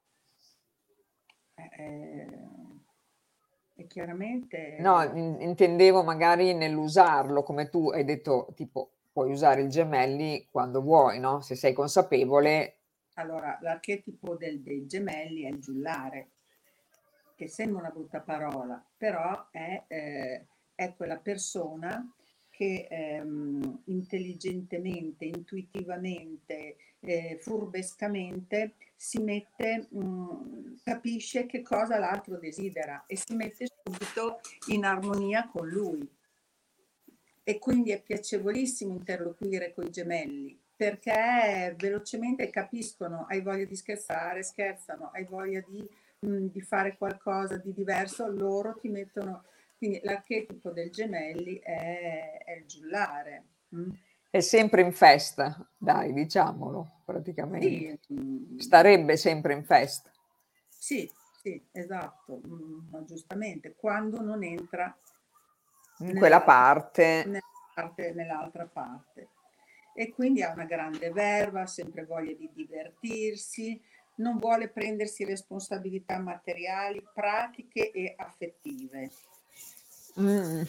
Eh, eh, e No, chiaramente, in- intendevo magari nell'usarlo, come tu hai detto, tipo, puoi usare il gemelli quando vuoi, no? Se sei consapevole, allora, l'archetipo del- dei gemelli è il giullare, che sembra una brutta parola, però è, eh, è quella persona che ehm, intelligentemente, intuitivamente, eh, furbescamente si mette, mh, capisce che cosa l'altro desidera e si mette subito in armonia con lui. E quindi è piacevolissimo interloquire con i gemelli perché velocemente capiscono, hai voglia di scherzare, scherzano, hai voglia di, mh, di fare qualcosa di diverso, loro ti mettono, quindi l'archetipo del gemelli è, è il giullare. mh. è sempre in festa, dai, diciamolo, praticamente. Sì, mh, Starebbe sempre in festa. sì, sì, esatto, mh, ma giustamente, quando non entra In quella nell'altra parte, nella parte nell'altra parte. E quindi ha una grande verve, ha sempre voglia di divertirsi, non vuole prendersi responsabilità materiali, pratiche e affettive. mm,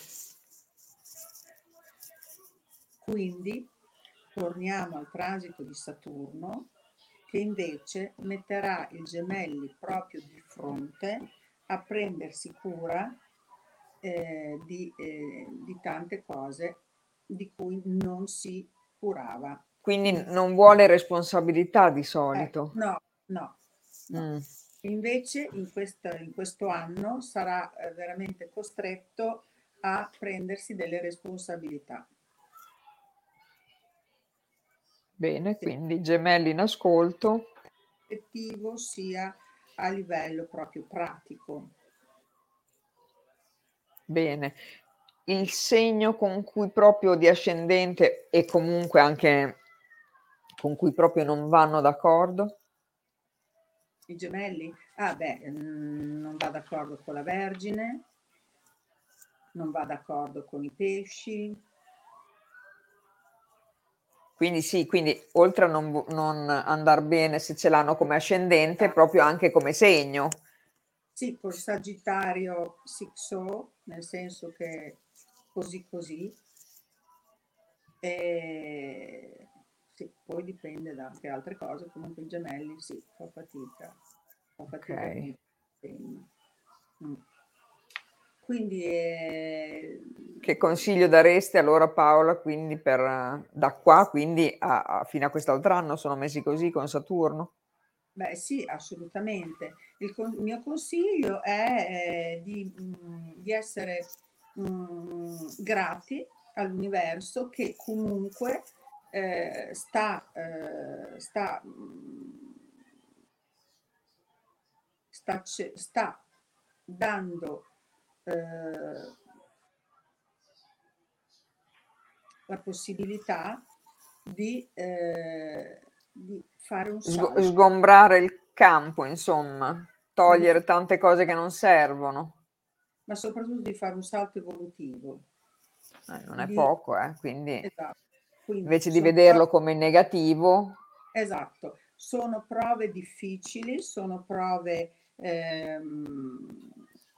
Quindi torniamo al transito di Saturno che invece metterà i gemelli proprio di fronte a prendersi cura eh, di, eh, di tante cose di cui non si curava. quindi In- non vuole responsabilità di eh, solito. no, no, no. Mm. Invece in, questa, in questo anno sarà eh, veramente costretto a prendersi delle responsabilità. Bene, Sia quindi gemelli in ascolto. effettivo sia a livello proprio pratico. Bene. Il segno con cui proprio di ascendente e comunque anche con cui proprio non vanno d'accordo? I gemelli? Ah beh, mm, non va d'accordo con la Vergine, non va d'accordo con i pesci. Quindi sì, quindi oltre a non, vo- non andar bene se ce l'hanno come ascendente, Esatto. proprio anche come segno. Sì, col Sagittario si so, nel senso che così così. E sì, poi dipende da anche altre cose, comunque i gemelli sì, fa fatica, fa Ok. fatica con i segni. Mm. Quindi eh, Che consiglio daresti allora Paola, quindi per eh, da qua, quindi a, a- fino a quest'altro anno sono messi così con Saturno? beh, sì, assolutamente. Il, con- il mio consiglio è eh, di, mm, di essere mm, grati all'universo che comunque eh, sta, eh, sta, mm, sta, ce- sta dando eh, la possibilità di, eh, di fare un Sgo- salto, sgombrare il campo, insomma, ma, di fa- togliere tante cose che non servono. ma soprattutto di fare un salto evolutivo. Eh, non è Di, poco, eh, quindi esatto. Quindi invece di sono vederlo come negativo, esatto, sono prove difficili, sono prove ehm,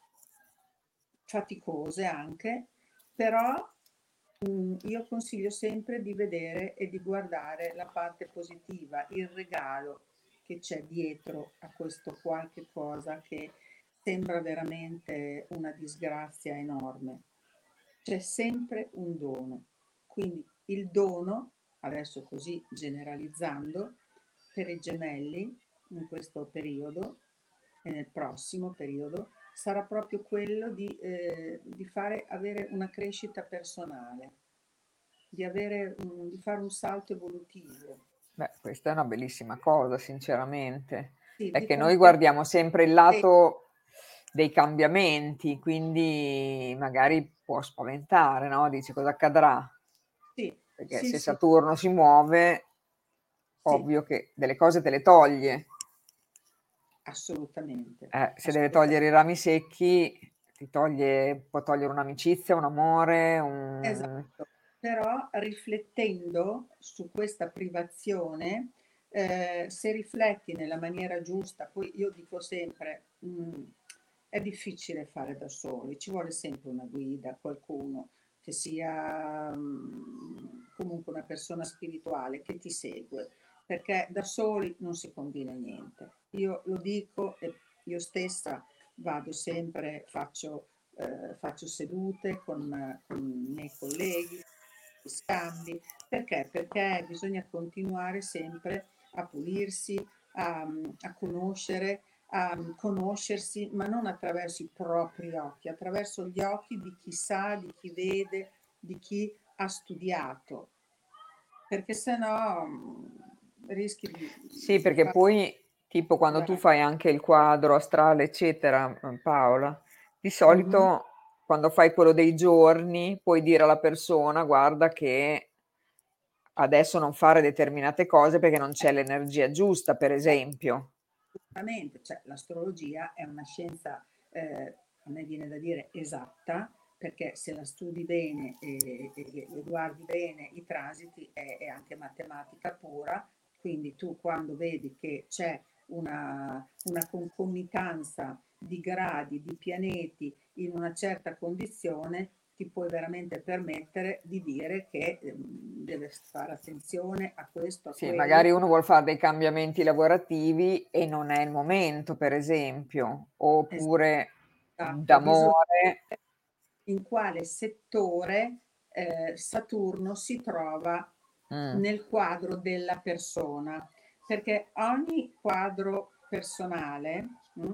faticose anche, però mh, io consiglio sempre di vedere e di guardare la parte positiva, il regalo che c'è dietro a questo qualche cosa che sembra veramente una disgrazia enorme. C'è sempre un dono. Quindi il dono, adesso così generalizzando, per i gemelli in questo periodo e nel prossimo periodo sarà proprio quello di, eh, di fare avere una crescita personale, di, avere, un- di fare un salto evolutivo, beh, questa è una bellissima cosa, sinceramente. sì, È di che noi comprendere. guardiamo sempre il lato dei cambiamenti, quindi magari può spaventare, no? Dici cosa accadrà? Sì, Perché sì, se sì, Saturno si muove, sì, ovvio che delle cose te le toglie. assolutamente, Eh, se deve assolutamente. togliere i rami secchi, ti toglie, può togliere un'amicizia, un amore, un... Esatto, però riflettendo su questa privazione, eh, se rifletti nella maniera giusta, poi io dico sempre, mh, è difficile fare da soli, ci vuole sempre una guida, qualcuno che sia mh, comunque una persona spirituale che ti segue, perché da soli non si combina niente. Io lo dico e io stessa vado sempre, faccio eh, faccio sedute con, con i miei colleghi, scambi, perché? Perché bisogna continuare sempre a pulirsi, a, a conoscere, a conoscersi, ma non attraverso i propri occhi, attraverso gli occhi di chi sa, di chi vede, di chi ha studiato, perché sennò mh, rischi di, Sì, di perché fare poi, tipo, quando tu da... fai anche il quadro astrale, eccetera, eh, Paola, di Mhm. solito quando fai quello dei giorni, puoi dire alla persona, guarda che adesso non fare determinate cose perché non c'è l'energia giusta, per esempio. Assolutamente, cioè l'astrologia è una scienza, eh, a me viene da dire esatta, perché se la studi bene e, e- e guardi bene i transiti è, è anche matematica pura, quindi tu quando vedi che c'è una, una concomitanza di gradi, di pianeti in una certa condizione, ti puoi veramente permettere di dire che ehm, deve fare attenzione a questo, a Sì, quello. magari uno vuol fare dei cambiamenti lavorativi e non è il momento, per esempio, oppure Esatto, bisogna d'amore. vedere in quale settore eh, Saturno si trova Mm, nel quadro della persona, perché ogni quadro personale mh,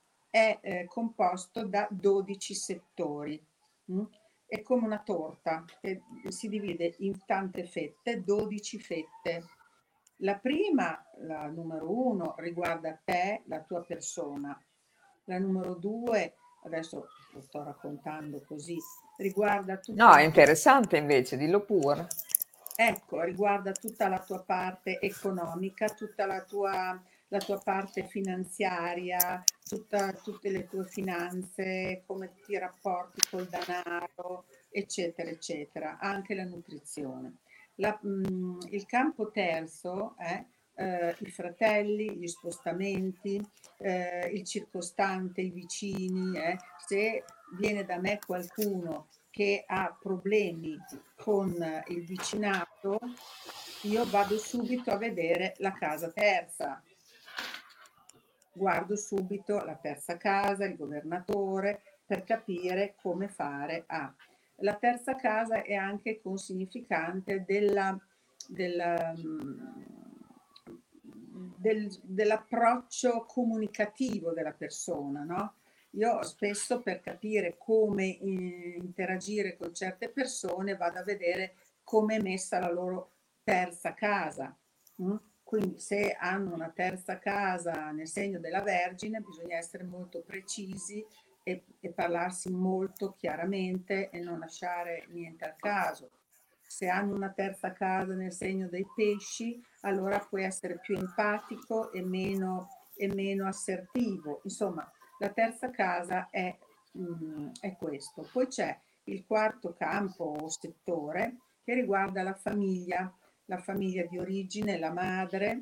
è eh, composto da dodici settori. mh. È come una torta che si divide in tante fette, dodici fette. La prima, la numero uno, riguarda te, la tua persona. La numero due adesso lo sto raccontando così, riguarda tutta No, è la tua, interessante invece, dillo pure. ecco, riguarda tutta la tua parte economica, tutta la tua, la tua parte finanziaria, tutta- tutte le tue finanze, come ti rapporti col denaro, eccetera, eccetera, anche la nutrizione. La- mm, il campo terzo è eh, i fratelli, gli spostamenti, eh, il circostante, i vicini. eh. Se viene da me qualcuno che ha problemi con il vicinato, io vado subito a vedere la casa terza, guardo subito la terza casa, il governatore, per capire come fare a. La terza casa è anche consignificante della, della, mm, del- dell'approccio comunicativo della persona, no? Io spesso per capire come eh, interagire con certe persone vado a vedere come è messa la loro terza casa. mm? Quindi se hanno una terza casa nel segno della Vergine bisogna essere molto precisi e, e parlarsi molto chiaramente e non lasciare niente al caso. Se hanno una terza casa nel segno dei pesci, allora puoi essere più empatico e meno, e meno assertivo. Insomma, la terza casa è, mm, è questo. Poi c'è il quarto campo o settore che riguarda la famiglia, la famiglia di origine, la madre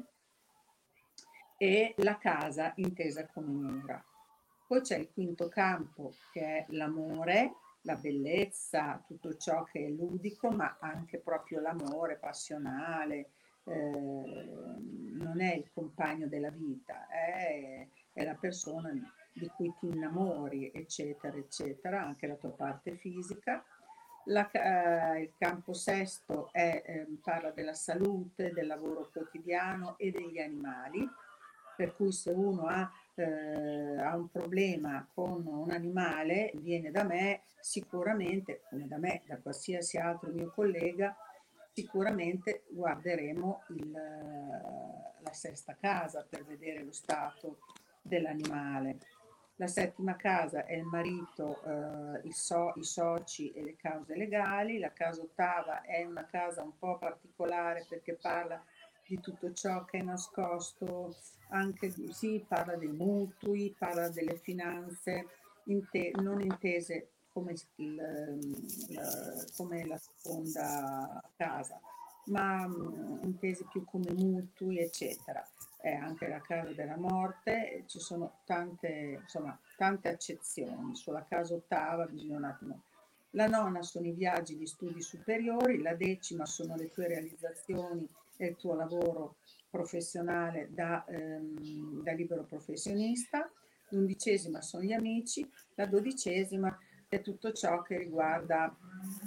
e la casa intesa come mura. Poi c'è il quinto campo che è l'amore, la bellezza, tutto ciò che è ludico, ma anche proprio l'amore passionale, eh, non è il compagno della vita, è, è la persona di cui ti innamori, eccetera, eccetera, anche la tua parte fisica. La, eh, il campo sesto è, eh, parla della salute, del lavoro quotidiano e degli animali, per cui se uno ha, eh, ha un problema con un animale, viene da me sicuramente, come da me, da qualsiasi altro mio collega, sicuramente guarderemo il, la sesta casa per vedere lo stato dell'animale. La settima casa è il marito, eh, i, so, i soci e le cause legali. La casa ottava è una casa un po' particolare perché parla di tutto ciò che è nascosto, anche sì, parla dei mutui, parla delle finanze inte- non intese come, il, la, come la seconda casa, ma mh, intesi più come mutui, eccetera. È anche la casa della morte, ci sono tante, insomma, tante accezioni. Sulla casa ottava bisogna un attimo. La nona sono i viaggi di studi superiori, la decima sono le tue realizzazioni e il tuo lavoro professionale da, ehm, da libero professionista, l'undicesima sono gli amici, la dodicesima è tutto ciò che riguarda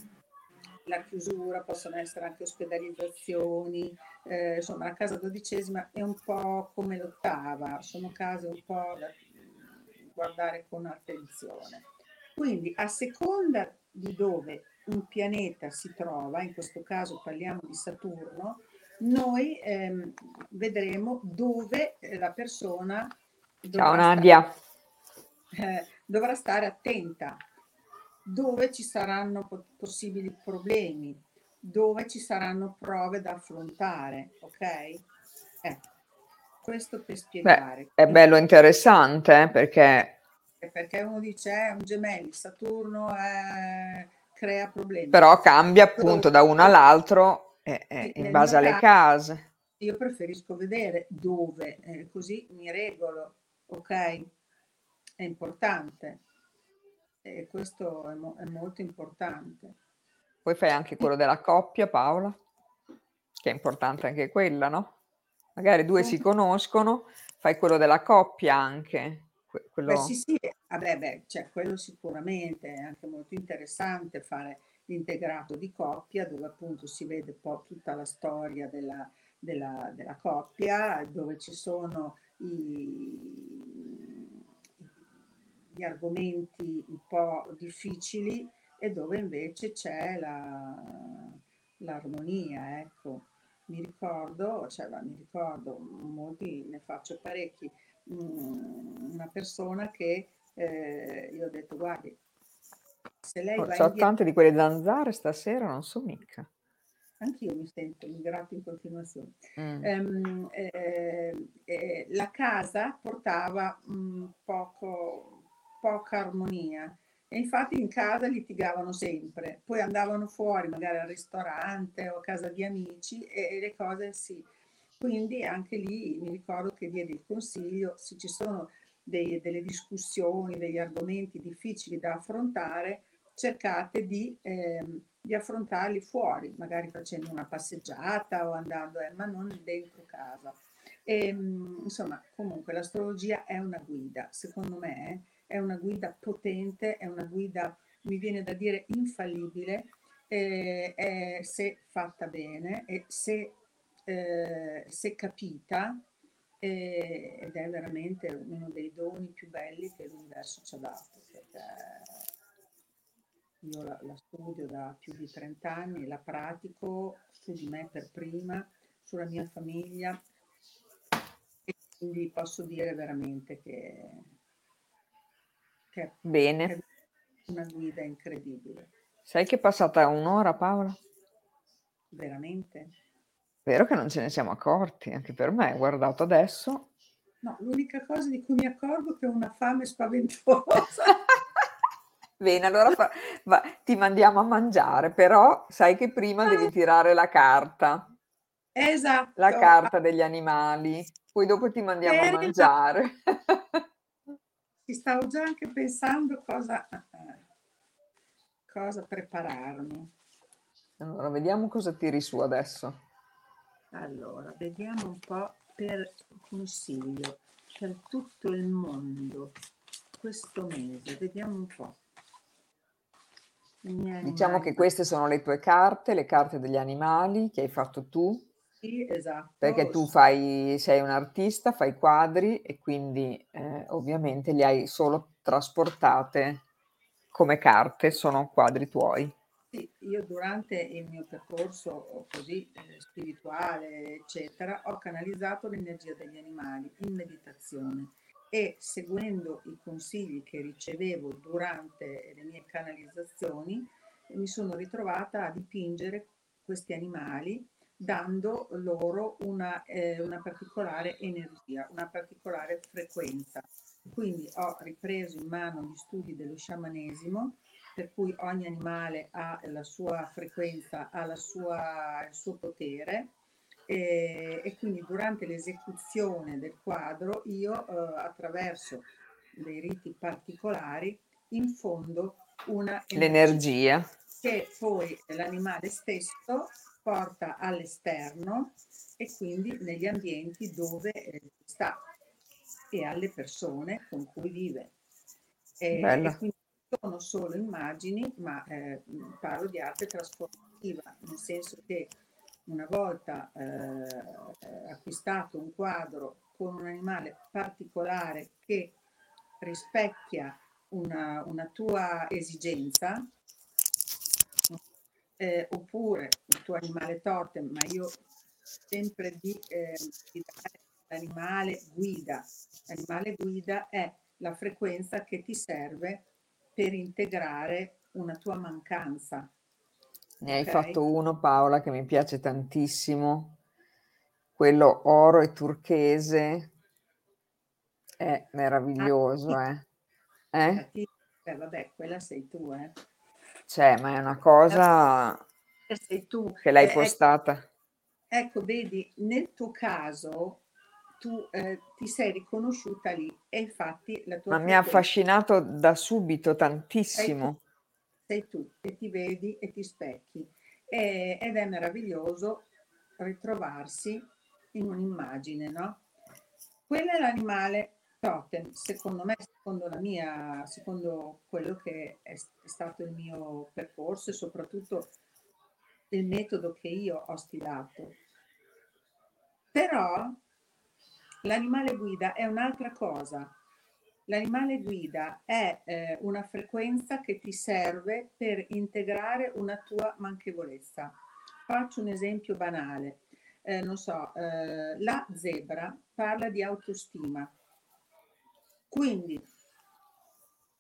la chiusura, possono essere anche ospedalizzazioni, eh, insomma la casa dodicesima è un po' come l'ottava, sono case un po' da guardare con attenzione. Quindi a seconda di dove un pianeta si trova, in questo caso parliamo di Saturno, noi ehm, vedremo dove la persona Ciao dovrà stare, Nadia. eh, dovrà stare attenta, dove ci saranno po- possibili problemi, dove ci saranno prove da affrontare, ok? Ecco, questo per Beh, spiegare. è bello interessante eh, perché Perché uno dice, è un gemelli, Saturno è- crea problemi. però cambia appunto da uno all'altro eh, eh, Sì, in nel base mio alle caso case. io preferisco vedere dove, eh, così mi regolo, ok? È importante e questo è, mo- è molto importante. Poi fai anche quello della coppia, Paola, che è importante anche quella, no? Magari due si Come? conoscono, fai quello della coppia anche, que- Beh, sì, quello. sì, vabbè, beh, cioè, quello sicuramente è anche molto interessante fare l'integrato di coppia, dove appunto si vede poi tutta la storia della, della- della coppia, dove ci sono i- gli argomenti un po' difficili e dove invece c'è la- l'armonia, ecco. Mi ricordo, cioè, mi ricordo, molti, ne faccio parecchi, una persona che eh, io ho detto, guardi, se lei Oh, va c'ho in viaggio, tante di quelle zanzare stasera, non so mica. anch'io mi sento, mi gratto in continuazione. Mm. Ehm, eh, eh, la casa portava mh, poco, poca armonia e infatti in casa litigavano sempre, poi andavano fuori magari al ristorante o a casa di amici e, e le cose sì. Quindi anche lì mi ricordo che diedi il consiglio, se ci sono dei- delle discussioni, degli argomenti difficili da affrontare, cercate di, ehm, di affrontarli fuori, magari facendo una passeggiata o andando, eh, ma non dentro casa. E, mh, insomma, comunque l'astrologia è una guida, secondo me è una guida potente, è una guida, mi viene da dire, infallibile, eh, è- se fatta bene e se, eh, se capita, eh, ed è veramente uno dei doni più belli che l'universo ci ha dato, perché io la, la studio da più di trenta anni, la pratico su di me per prima, sulla mia famiglia e quindi posso dire veramente che, che, che è Bene. una guida incredibile, Sai che è passata un'ora, Paola? veramente. Vero che non ce ne siamo accorti, anche per me, guardato adesso. No, l'unica cosa di cui mi accorgo è che ho una fame spaventosa. Bene, allora fa- va- ti mandiamo a mangiare, però sai che prima devi tirare la carta, la Esatto, carta degli animali, poi dopo ti mandiamo a appena mangiare. ci stavo già anche pensando cosa, cosa prepararmi. Allora, vediamo cosa tiri su adesso. Allora, vediamo un po' per consiglio per tutto il mondo questo mese. Vediamo un po'. I miei Diciamo animali. che queste sono le tue carte, le carte degli animali che hai fatto tu, Sì, perché esatto. tu fai, sei un artista, fai quadri e quindi eh, ovviamente li hai solo trasportate come carte, sono quadri tuoi. Sì, io durante il mio percorso così eh, spirituale, eccetera, ho canalizzato l'energia degli animali in meditazione e seguendo i consigli che ricevevo durante le mie canalizzazioni, mi sono ritrovata a dipingere questi animali dando loro una, eh, una particolare energia, una particolare frequenza. Quindi ho ripreso in mano gli studi dello sciamanesimo per cui ogni animale ha la sua frequenza, ha la sua, il suo potere e, e quindi durante l'esecuzione del quadro io eh, attraverso dei riti particolari infondo una energia L'energia. che poi l'animale stesso porta all'esterno e quindi negli ambienti dove eh, sta e alle persone con cui vive. E, e Bella. quindi sono solo immagini, ma eh, parlo di arte trasformativa, nel senso che una volta eh, acquistato un quadro con un animale particolare che rispecchia una, una tua esigenza, eh, oppure il tuo animale totem, ma io sempre di, eh, di dare l'animale guida. L'animale guida è la frequenza che ti serve per integrare una tua mancanza, Ne hai ok? fatto uno, Paola, che mi piace tantissimo, quello oro e turchese, è Ah, meraviglioso, sì, eh? la Eh? tigre, beh, vabbè, quella sei tu, eh. Cioè, ma è una La cosa tigre sei tu. che l'hai Eh, ecco, postata. ecco, vedi, nel tuo caso tu eh, ti sei riconosciuta lì e infatti la tua Ma mi ha frequenza affascinato da subito sei tu, tantissimo. sei tu che ti vedi e ti specchi. E- ed è meraviglioso ritrovarsi in un'immagine, no? Quello è l'animale totem, secondo me, secondo la mia, secondo quello che è, è stato il mio percorso e soprattutto il metodo che io ho stilato. Però l'animale guida è un'altra cosa. L'animale guida è eh, una frequenza che ti serve per integrare una tua manchevolezza. Faccio un esempio banale. Eh, non so, eh, la zebra parla di autostima. Quindi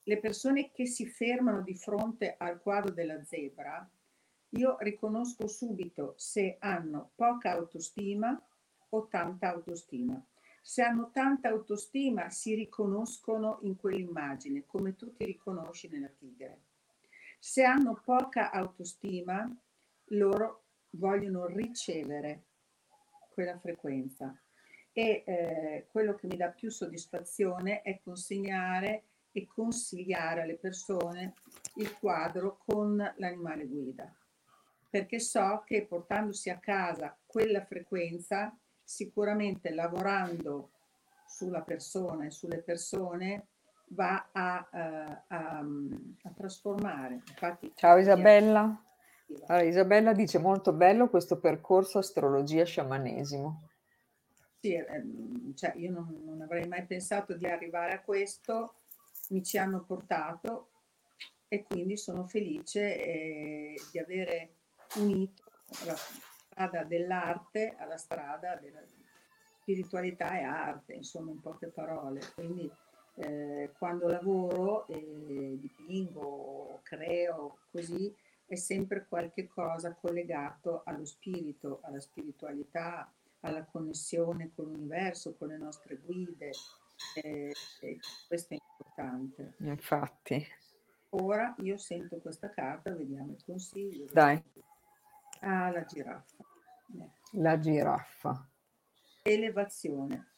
le persone che si fermano di fronte al quadro della zebra, io riconosco subito se hanno poca autostima o tanta autostima. Se hanno tanta autostima si riconoscono in quell'immagine, come tu ti riconosci nella tigre. Se hanno poca autostima, loro vogliono ricevere quella frequenza. E eh, quello che mi dà più soddisfazione è consegnare e consigliare alle persone il quadro con l'animale guida, perché so che portandosi a casa quella frequenza, sicuramente lavorando sulla persona e sulle persone, va a, a, a, a trasformare. Infatti, ciao Isabella. Allora, Isabella dice molto bello questo percorso astrologia sciamanesimo. Sì, ehm, cioè io non, non avrei mai pensato di arrivare a questo, mi ci hanno portato e quindi sono felice eh, di avere unito la strada dell'arte alla strada della spiritualità e arte, insomma, in poche parole. Quindi eh, quando lavoro e dipingo, creo, così, è sempre qualche cosa collegato allo spirito, alla spiritualità, alla connessione con l'universo, con le nostre guide. Eh, e questo è importante. Infatti. Ora io sento questa carta, vediamo il consiglio. Dai. Ah, la giraffa. Eh. La giraffa. Elevazione.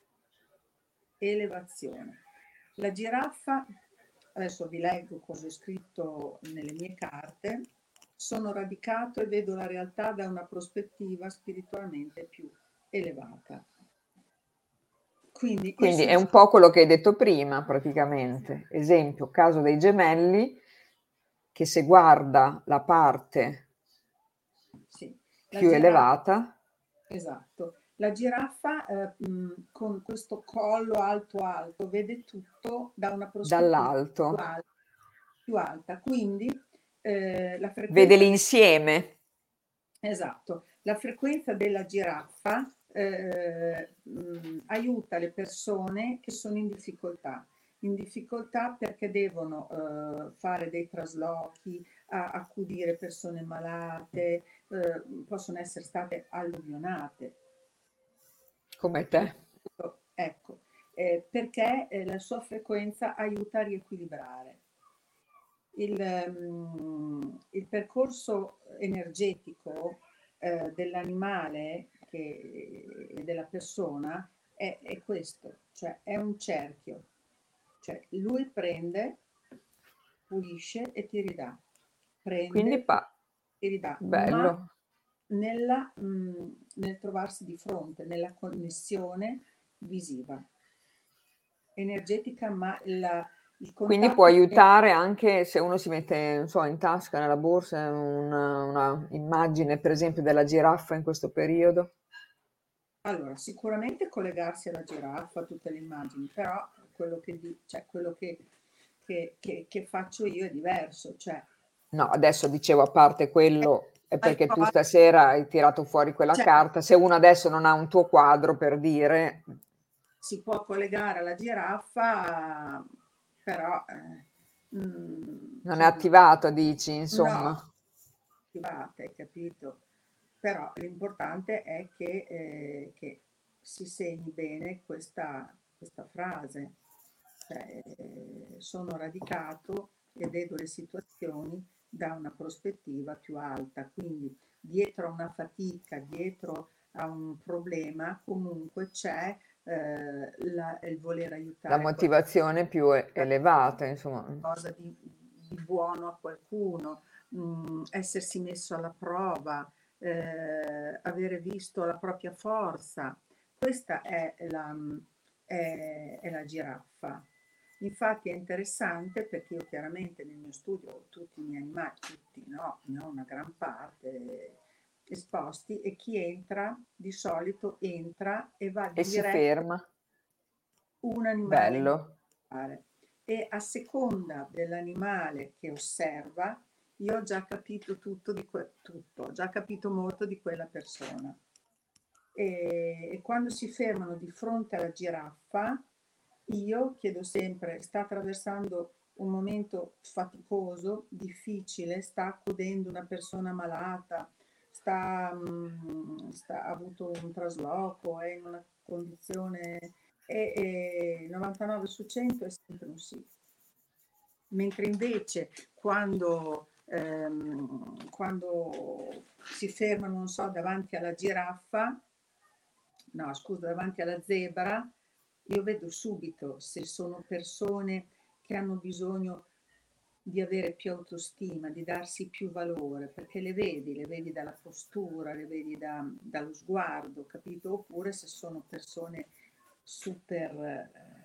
Elevazione. La giraffa, adesso vi leggo cosa ho scritto nelle mie carte. Sono radicato e vedo la realtà da una prospettiva spiritualmente più elevata. Quindi, Quindi è un po' quello che hai detto prima, praticamente. Esempio, caso dei gemelli, che se guarda la parte sì, la più giraffa, elevata. esatto. La giraffa eh, mh, con questo collo alto alto vede tutto da una prospettiva Dall'alto. più alta, più alta. Quindi eh, la frequenza vede l'insieme. Esatto, la frequenza della giraffa eh, mh, aiuta le persone che sono in difficoltà, in difficoltà perché devono eh, fare dei traslochi, a, accudire persone malate, eh, possono essere state alluvionate. Come te. Ecco, eh, perché eh, la sua frequenza aiuta a riequilibrare. Il, um, il percorso energetico eh, dell'animale e della persona è, è questo, cioè è un cerchio, cioè lui prende, pulisce e ti ridà, Quindi prende, pa- ti ridà, ma bello. nella, mh, nel trovarsi di fronte, nella connessione visiva, energetica, ma la, il Quindi può contatto è aiutare anche se uno si mette, non so, in tasca, nella borsa, una, una immagine, per esempio, della giraffa in questo periodo. allora, sicuramente collegarsi alla giraffa, a tutte le immagini, però quello che, di, cioè, quello che, che, che, che faccio io è diverso. Cioè, No, adesso dicevo, a parte quello, è hai perché tu provato, stasera hai tirato fuori quella cioè, carta. Se uno adesso non ha un tuo quadro, per dire, si può collegare alla giraffa, però eh, mm, non è insomma, attivato, dici, insomma. no, attivate, hai capito? Però l'importante è che, eh, che si segni bene questa, questa frase. Cioè, eh, sono radicato e vedo le situazioni da una prospettiva più alta, quindi dietro a una fatica, dietro a un problema, comunque c'è eh, la, il voler La aiutare motivazione più e- elevata, insomma. qualcosa di, di buono a qualcuno, mh, essersi messo alla prova, eh, avere visto la propria forza. Questa è la, è, è la giraffa. Infatti è interessante perché io chiaramente nel mio studio ho tutti i miei animali, tutti no, ne ho una gran parte esposti e chi entra di solito entra e va E si diretto ferma. un animale in Bello. particolare e a seconda dell'animale che osserva io ho già capito tutto di que- tutto, ho già capito molto di quella persona. E, e quando si fermano di fronte alla giraffa io chiedo sempre, sta attraversando un momento faticoso, difficile, sta accudendo una persona malata, sta, mm, sta- ha avuto un trasloco, è in una condizione, e, e novantanove su cento è sempre un sì. Mentre invece quando, ehm, quando si fermano, non so, davanti alla giraffa, no, scusa, davanti alla zebra, io vedo subito se sono persone che hanno bisogno di avere più autostima, di darsi più valore, perché le vedi, le vedi dalla postura, le vedi da- dallo sguardo, capito? Oppure se sono persone super... eh,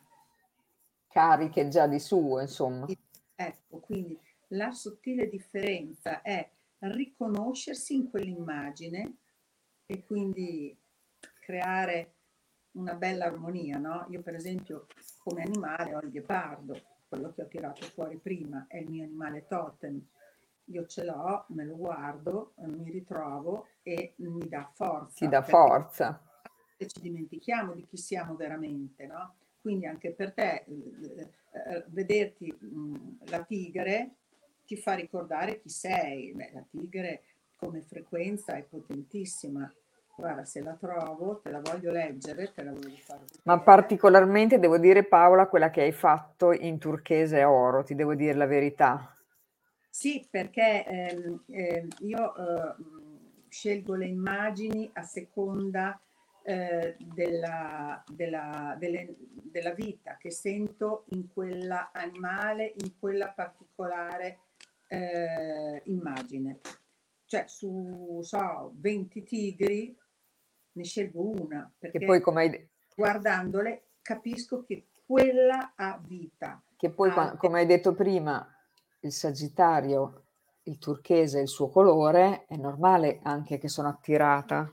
Cariche già di suo, insomma. Ecco, quindi la sottile differenza è riconoscersi in quell'immagine e quindi creare una bella armonia, no? Io per esempio come animale ho il ghepardo, quello che ho tirato fuori prima, è il mio animale totem. Io ce l'ho, me lo guardo, mi ritrovo e mi dà Ti forza, dà perché forza. ci dimentichiamo di chi siamo veramente, no? Quindi anche per te eh, eh, vederti mh, la tigre ti fa ricordare chi sei. Beh, la tigre come frequenza è potentissima. Guarda, se la trovo, te la voglio leggere, te la voglio far Ma vedere. particolarmente devo dire, Paola, quella che hai fatto in turchese e oro, ti devo dire la verità. Sì, perché ehm, ehm, io eh, mh, scelgo le immagini a seconda eh, della, della- delle- della vita che sento in quella animale, in quella particolare eh, immagine. Cioè, su, so, venti tigri ne scelgo una, Che poi, perché come hai, guardandole capisco che quella ha vita, che poi, ha qua- come hai detto prima, il Sagittario, il turchese, il suo colore, è normale anche che sono attirata.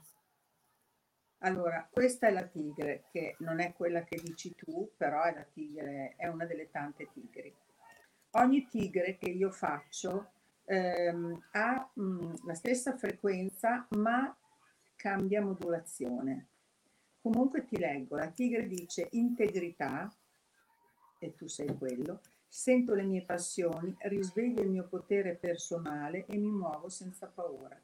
Allora, questa è la tigre, che non è quella che dici tu, però è la tigre, è una delle tante tigri. Ogni tigre che io faccio ehm, ha mh, la stessa frequenza, ma cambia modulazione. Comunque ti leggo, la tigre dice integrità, e tu sei quello, sento le mie passioni, risveglio il mio potere personale e mi muovo senza paura.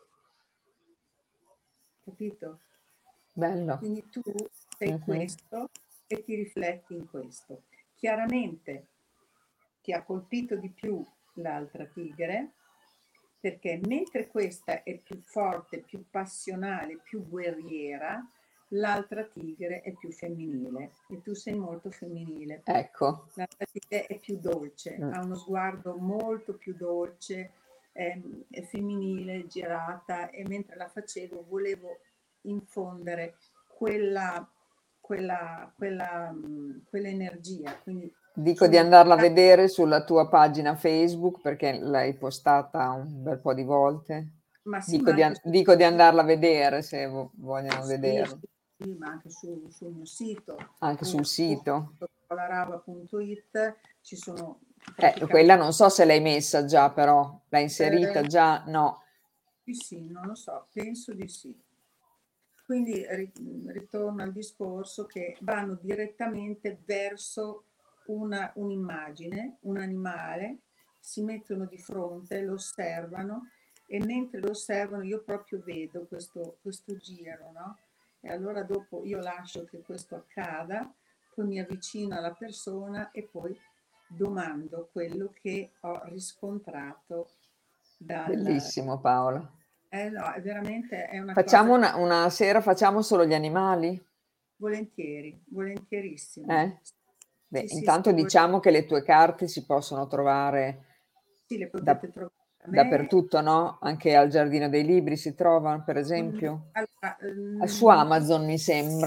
Capito? Bello. Quindi tu sei Mhm. questo e ti rifletti in questo. Chiaramente ti ha colpito di più l'altra tigre, perché mentre questa è più forte, più passionale, più guerriera, l'altra tigre è più femminile e tu sei molto femminile. Ecco. L'altra tigre è più dolce, Mm. ha uno sguardo molto più dolce, è, è femminile, girata, e mentre la facevo volevo infondere quella, quella, quella, mh, quell'energia. Quindi Dico di sono andarla a vedere sulla tua pagina Facebook perché l'hai postata un bel po' di volte. ma sì, Dico ma di, anche an- su, dico di andarla a vedere se vo- vogliono sì, vederla. sì, sì, ma anche su, sul mio sito, Anche sul sito. polarava punto it, ci sono Eh, praticamente... quella non so se l'hai messa già, però l'hai inserita Eh, già? No. sì, sì, non lo so, penso di sì. Quindi ri- ritorno al discorso che vanno direttamente verso una, un'immagine, un animale, si mettono di fronte, lo osservano e mentre lo osservano io proprio vedo questo, questo giro, no? E allora dopo io lascio che questo accada, poi mi avvicino alla persona e poi domando quello che ho riscontrato dal... Bellissimo, Paola. Eh no, è veramente è una cosa Facciamo una, una sera, facciamo solo gli animali? volentieri, volentierissimo. Eh? Beh, Sì, sì, sì, intanto vol- diciamo che le tue carte si possono trovare sì, le da- potete trovare da me. dappertutto, no? Anche al Giardino dei Libri si trovano, per Mm, esempio. allora, Ah, su mm, Amazon, mi sembra.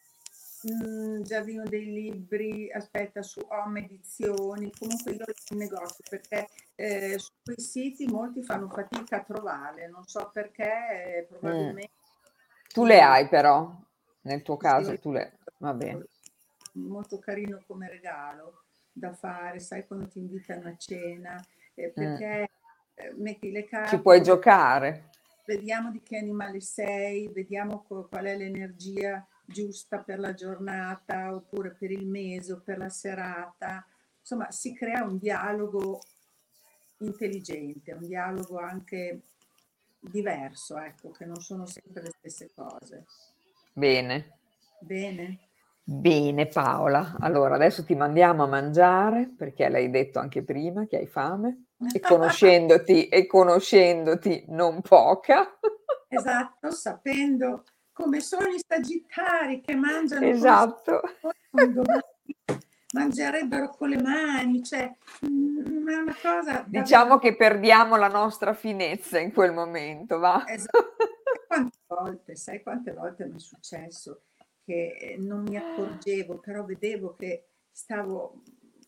mm, Giardino dei Libri, aspetta, su Home Edizioni, comunque io ho in negozio perché eh, su quei siti molti fanno fatica a trovarle, non so perché, eh, Mm. probabilmente Tu le chi... hai però, nel tuo Sì, io caso, tu le... Va bene. molto carino come regalo da fare, sai, quando ti invitano a cena, eh, Mm. perché eh, metti le Ci carte, puoi come giocare. vediamo di che animale sei, vediamo co- qual è l'energia giusta per la giornata oppure per il mese o per la serata. insomma si crea un dialogo intelligente, un dialogo anche diverso, ecco, che non sono sempre le stesse cose. Bene. Bene? Bene Paola, allora adesso ti mandiamo a mangiare perché l'hai detto anche prima che hai fame e conoscendoti e conoscendoti non poca. Esatto, sapendo come sono i sagittari che mangiano come se Esatto. un domani mangerebbero con le mani, cioè mm, è una cosa davvero. Diciamo che perdiamo la nostra finezza in quel momento, va? Esatto. Sai quante volte, sai quante volte mi è successo che eh, non mi accorgevo, però vedevo che stavo,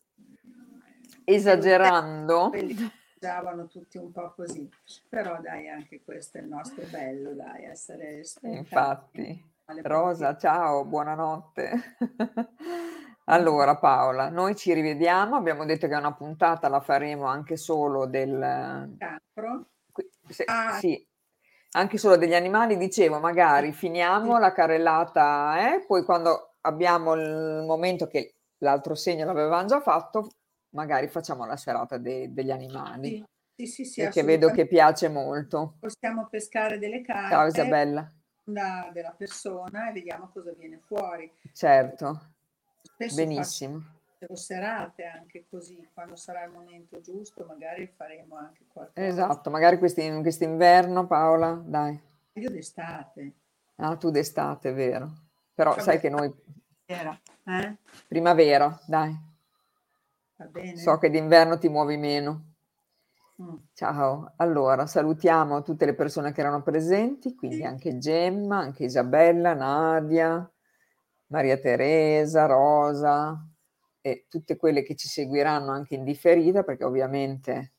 ero Esagerando. quelli che mangiavano tutti un po' così. Però dai, anche questo è il nostro bello, dai, essere spontanei Infatti. alle proprie. Rosa, ciao, buonanotte. Allora Paola, noi ci rivediamo, abbiamo detto che una puntata la faremo anche solo del... Cancro. qui- se- Ah, sì, anche solo degli animali, dicevo, magari finiamo sì, la carrellata, eh, poi quando abbiamo il momento che l'altro segno l'avevamo già fatto, magari facciamo la serata de- degli animali, sì, sì, sì, sì, perché vedo assolutamente. che piace molto. Possiamo pescare delle Ciao carte Isabella. da- della persona e vediamo cosa viene fuori. Certo, Spesso faccio benissimo. serate anche così, quando sarà il momento giusto, magari faremo anche qualcosa. Esatto, magari questi- in quest'inverno, Paola, dai. Io d'estate. Ah, tu d'estate, vero. Però sai Vabbè, che noi era, eh? primavera, dai. Va So bene? che d'inverno ti muovi meno. Mm. Ciao. Allora, salutiamo tutte le persone che erano presenti, quindi Sì, anche Gemma, anche Isabella, Nadia, Maria Teresa, Rosa e tutte quelle che ci seguiranno anche in differita, perché ovviamente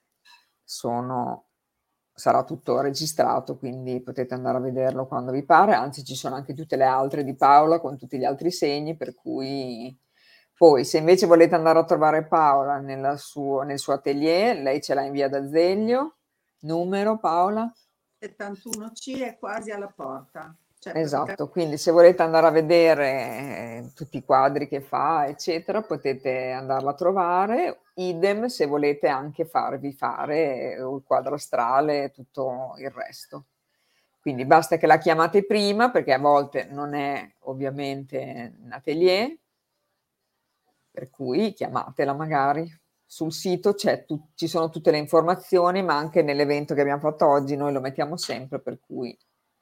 sono, sarà tutto registrato, quindi potete andare a vederlo quando vi pare, anzi ci sono anche tutte le altre di Paola con tutti gli altri segni, per cui poi se invece volete andare a trovare Paola nella suo, nel suo atelier, lei ce l'ha in via d'Azeglio, numero Paola? settantuno C è quasi alla porta, cioè praticamente. Esatto, quindi se volete andare a vedere eh, tutti i quadri che fa, eccetera, potete andarla a trovare. Idem se volete anche farvi fare eh, il quadro astrale e tutto il resto. Quindi basta che la chiamate prima, perché a volte non è ovviamente un atelier, per cui chiamatela magari. Sul sito c'è tu- ci sono tutte le informazioni, ma anche nell'evento che abbiamo fatto oggi noi lo mettiamo sempre, per cui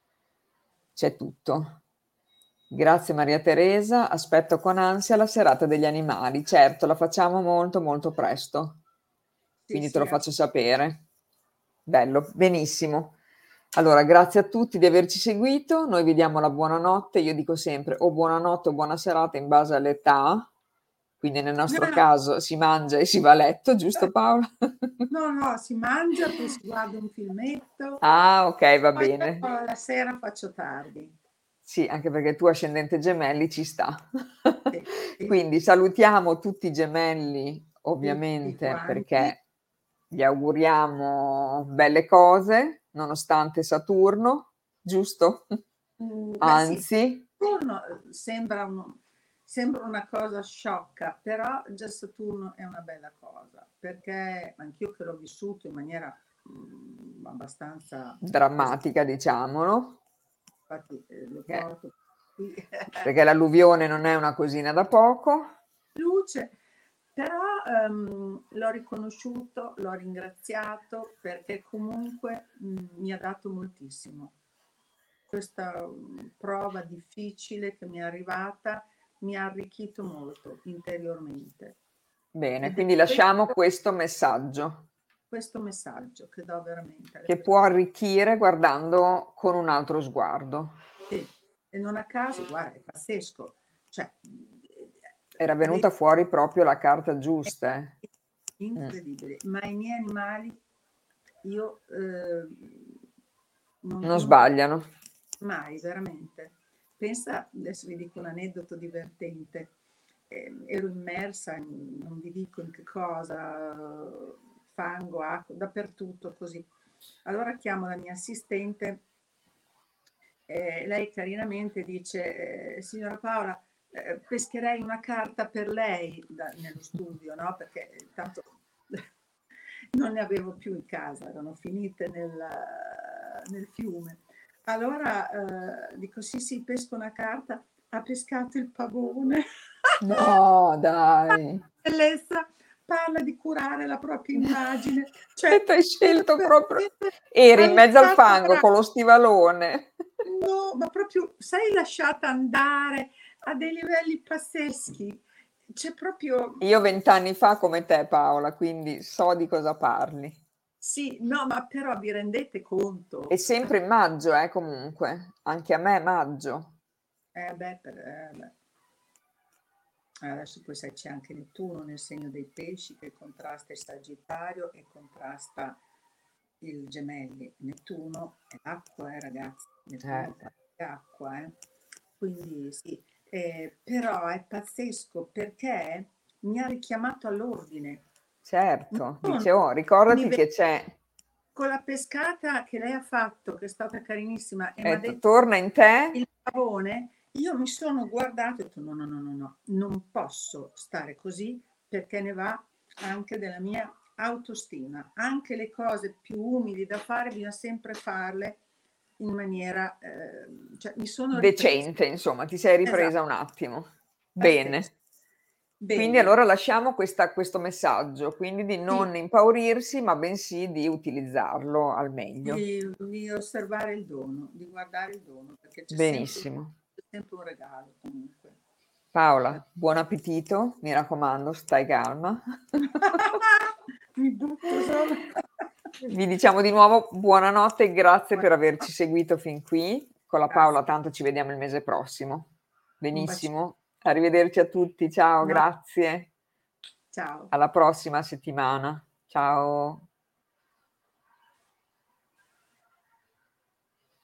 c'è tutto. Grazie Maria Teresa, aspetto con ansia la serata degli animali. Certo, la facciamo molto molto presto, Sì, quindi te lo sì, faccio sapere. Bello, benissimo. Allora, grazie a tutti di averci seguito. Noi vi diamo la buonanotte. Io dico sempre o buonanotte o buona serata in base all'età. Quindi nel nostro assolutamente. caso si mangia e si va a letto, giusto Paola? No, no, si mangia, poi si guarda un filmetto, Ah, ok, va poi bene. dopo la sera faccio tardi. Sì, anche perché tu ascendente gemelli ci sta. Sì, sì, Quindi salutiamo tutti i gemelli, tutti ovviamente, quanti. perché gli auguriamo belle cose, nonostante Saturno, giusto? Mm, beh sì, Anzi, Saturno eh, sembra, un- sembra una cosa sciocca, però già Saturno è una bella cosa, perché anch'io che l'ho vissuto in maniera mm, abbastanza pesante, drammatica, diciamolo, infatti eh, lo perché porto qui. perché l'alluvione non è una cosina da poco. Luce, però ehm, l'ho riconosciuto, l'ho ringraziato perché comunque mh, mi ha dato moltissimo. Questa mh, prova difficile che mi è arrivata mi ha arricchito molto interiormente. Bene, Ed è quindi lasciamo questo, questo messaggio questo messaggio che do veramente alle che può persone. arricchire guardando con un altro sguardo. Sì. E non a caso, guarda, è pazzesco. Cioè, Era vedi, venuta fuori proprio la carta giusta. Eh. Mm. incredibile, ma i miei animali io eh, non, Non non sbagliano. mai, veramente. Pensa, adesso vi dico un aneddoto divertente. Eh, ero immersa, in, non vi dico in che cosa, fango, acqua, dappertutto così. Allora chiamo la mia assistente, eh, lei carinamente dice, eh, signora Paola, eh, pescherei una carta per lei da, nello studio, no? Perché tanto non ne avevo più in casa, erano finite nel, nel fiume. Allora eh, dico sì, sì, pesco una carta, ha pescato il pavone. No, dai. Bellezza, parla di curare la propria immagine, E cioè t'hai era scelto proprio veramente eri in mezzo al all'estate fango bra con lo stivalone. no, ma proprio sei lasciata andare a dei livelli pazzeschi. C'è proprio Io venti anni fa come te Paola, quindi so di cosa parli. sì, no, ma però vi rendete E conto? sempre in maggio, eh, comunque. Anche a me è maggio. Eh beh, per, eh, beh. Adesso poi sai c'è anche Nettuno nel segno dei pesci che contrasta il Sagittario e contrasta il Gemelli. Nettuno è acqua, eh, ragazzi, Eh, Nettuno è acqua, eh. Quindi sì, eh, però è pazzesco perché mi ha richiamato all'ordine. certo, Non dice, oh, mi ricordati ve- che c'è, con la pescata che lei ha fatto, che è stata carinissima, e mi ha eh, detto torna in te, il pavone, io mi sono guardato e ho detto no, no, no, no, no, non posso stare così perché ne va anche della mia autostima. Anche le cose più umili da fare bisogna sempre farle in maniera, eh, cioè mi sono ripresa. decente, insomma, ti sei Esatto, ripresa un attimo. pazzesco. Bene. Quindi Bene, allora lasciamo questa- questo messaggio, quindi di sì, non impaurirsi, ma bensì di utilizzarlo al meglio. di, di osservare il dono, di guardare il dono, perché c'è sempre, Benissimo. c'è sempre un regalo comunque. Paola, buon appetito, mi raccomando, stai calma. Mi butto sopra. Vi diciamo di nuovo buonanotte e grazie per averci Buonanotte, seguito fin qui. Con la Paola grazie. tanto ci vediamo il mese prossimo. Un bacino. Benissimo. Arrivederci a tutti. Ciao, No, grazie. ciao. Alla prossima settimana. Ciao.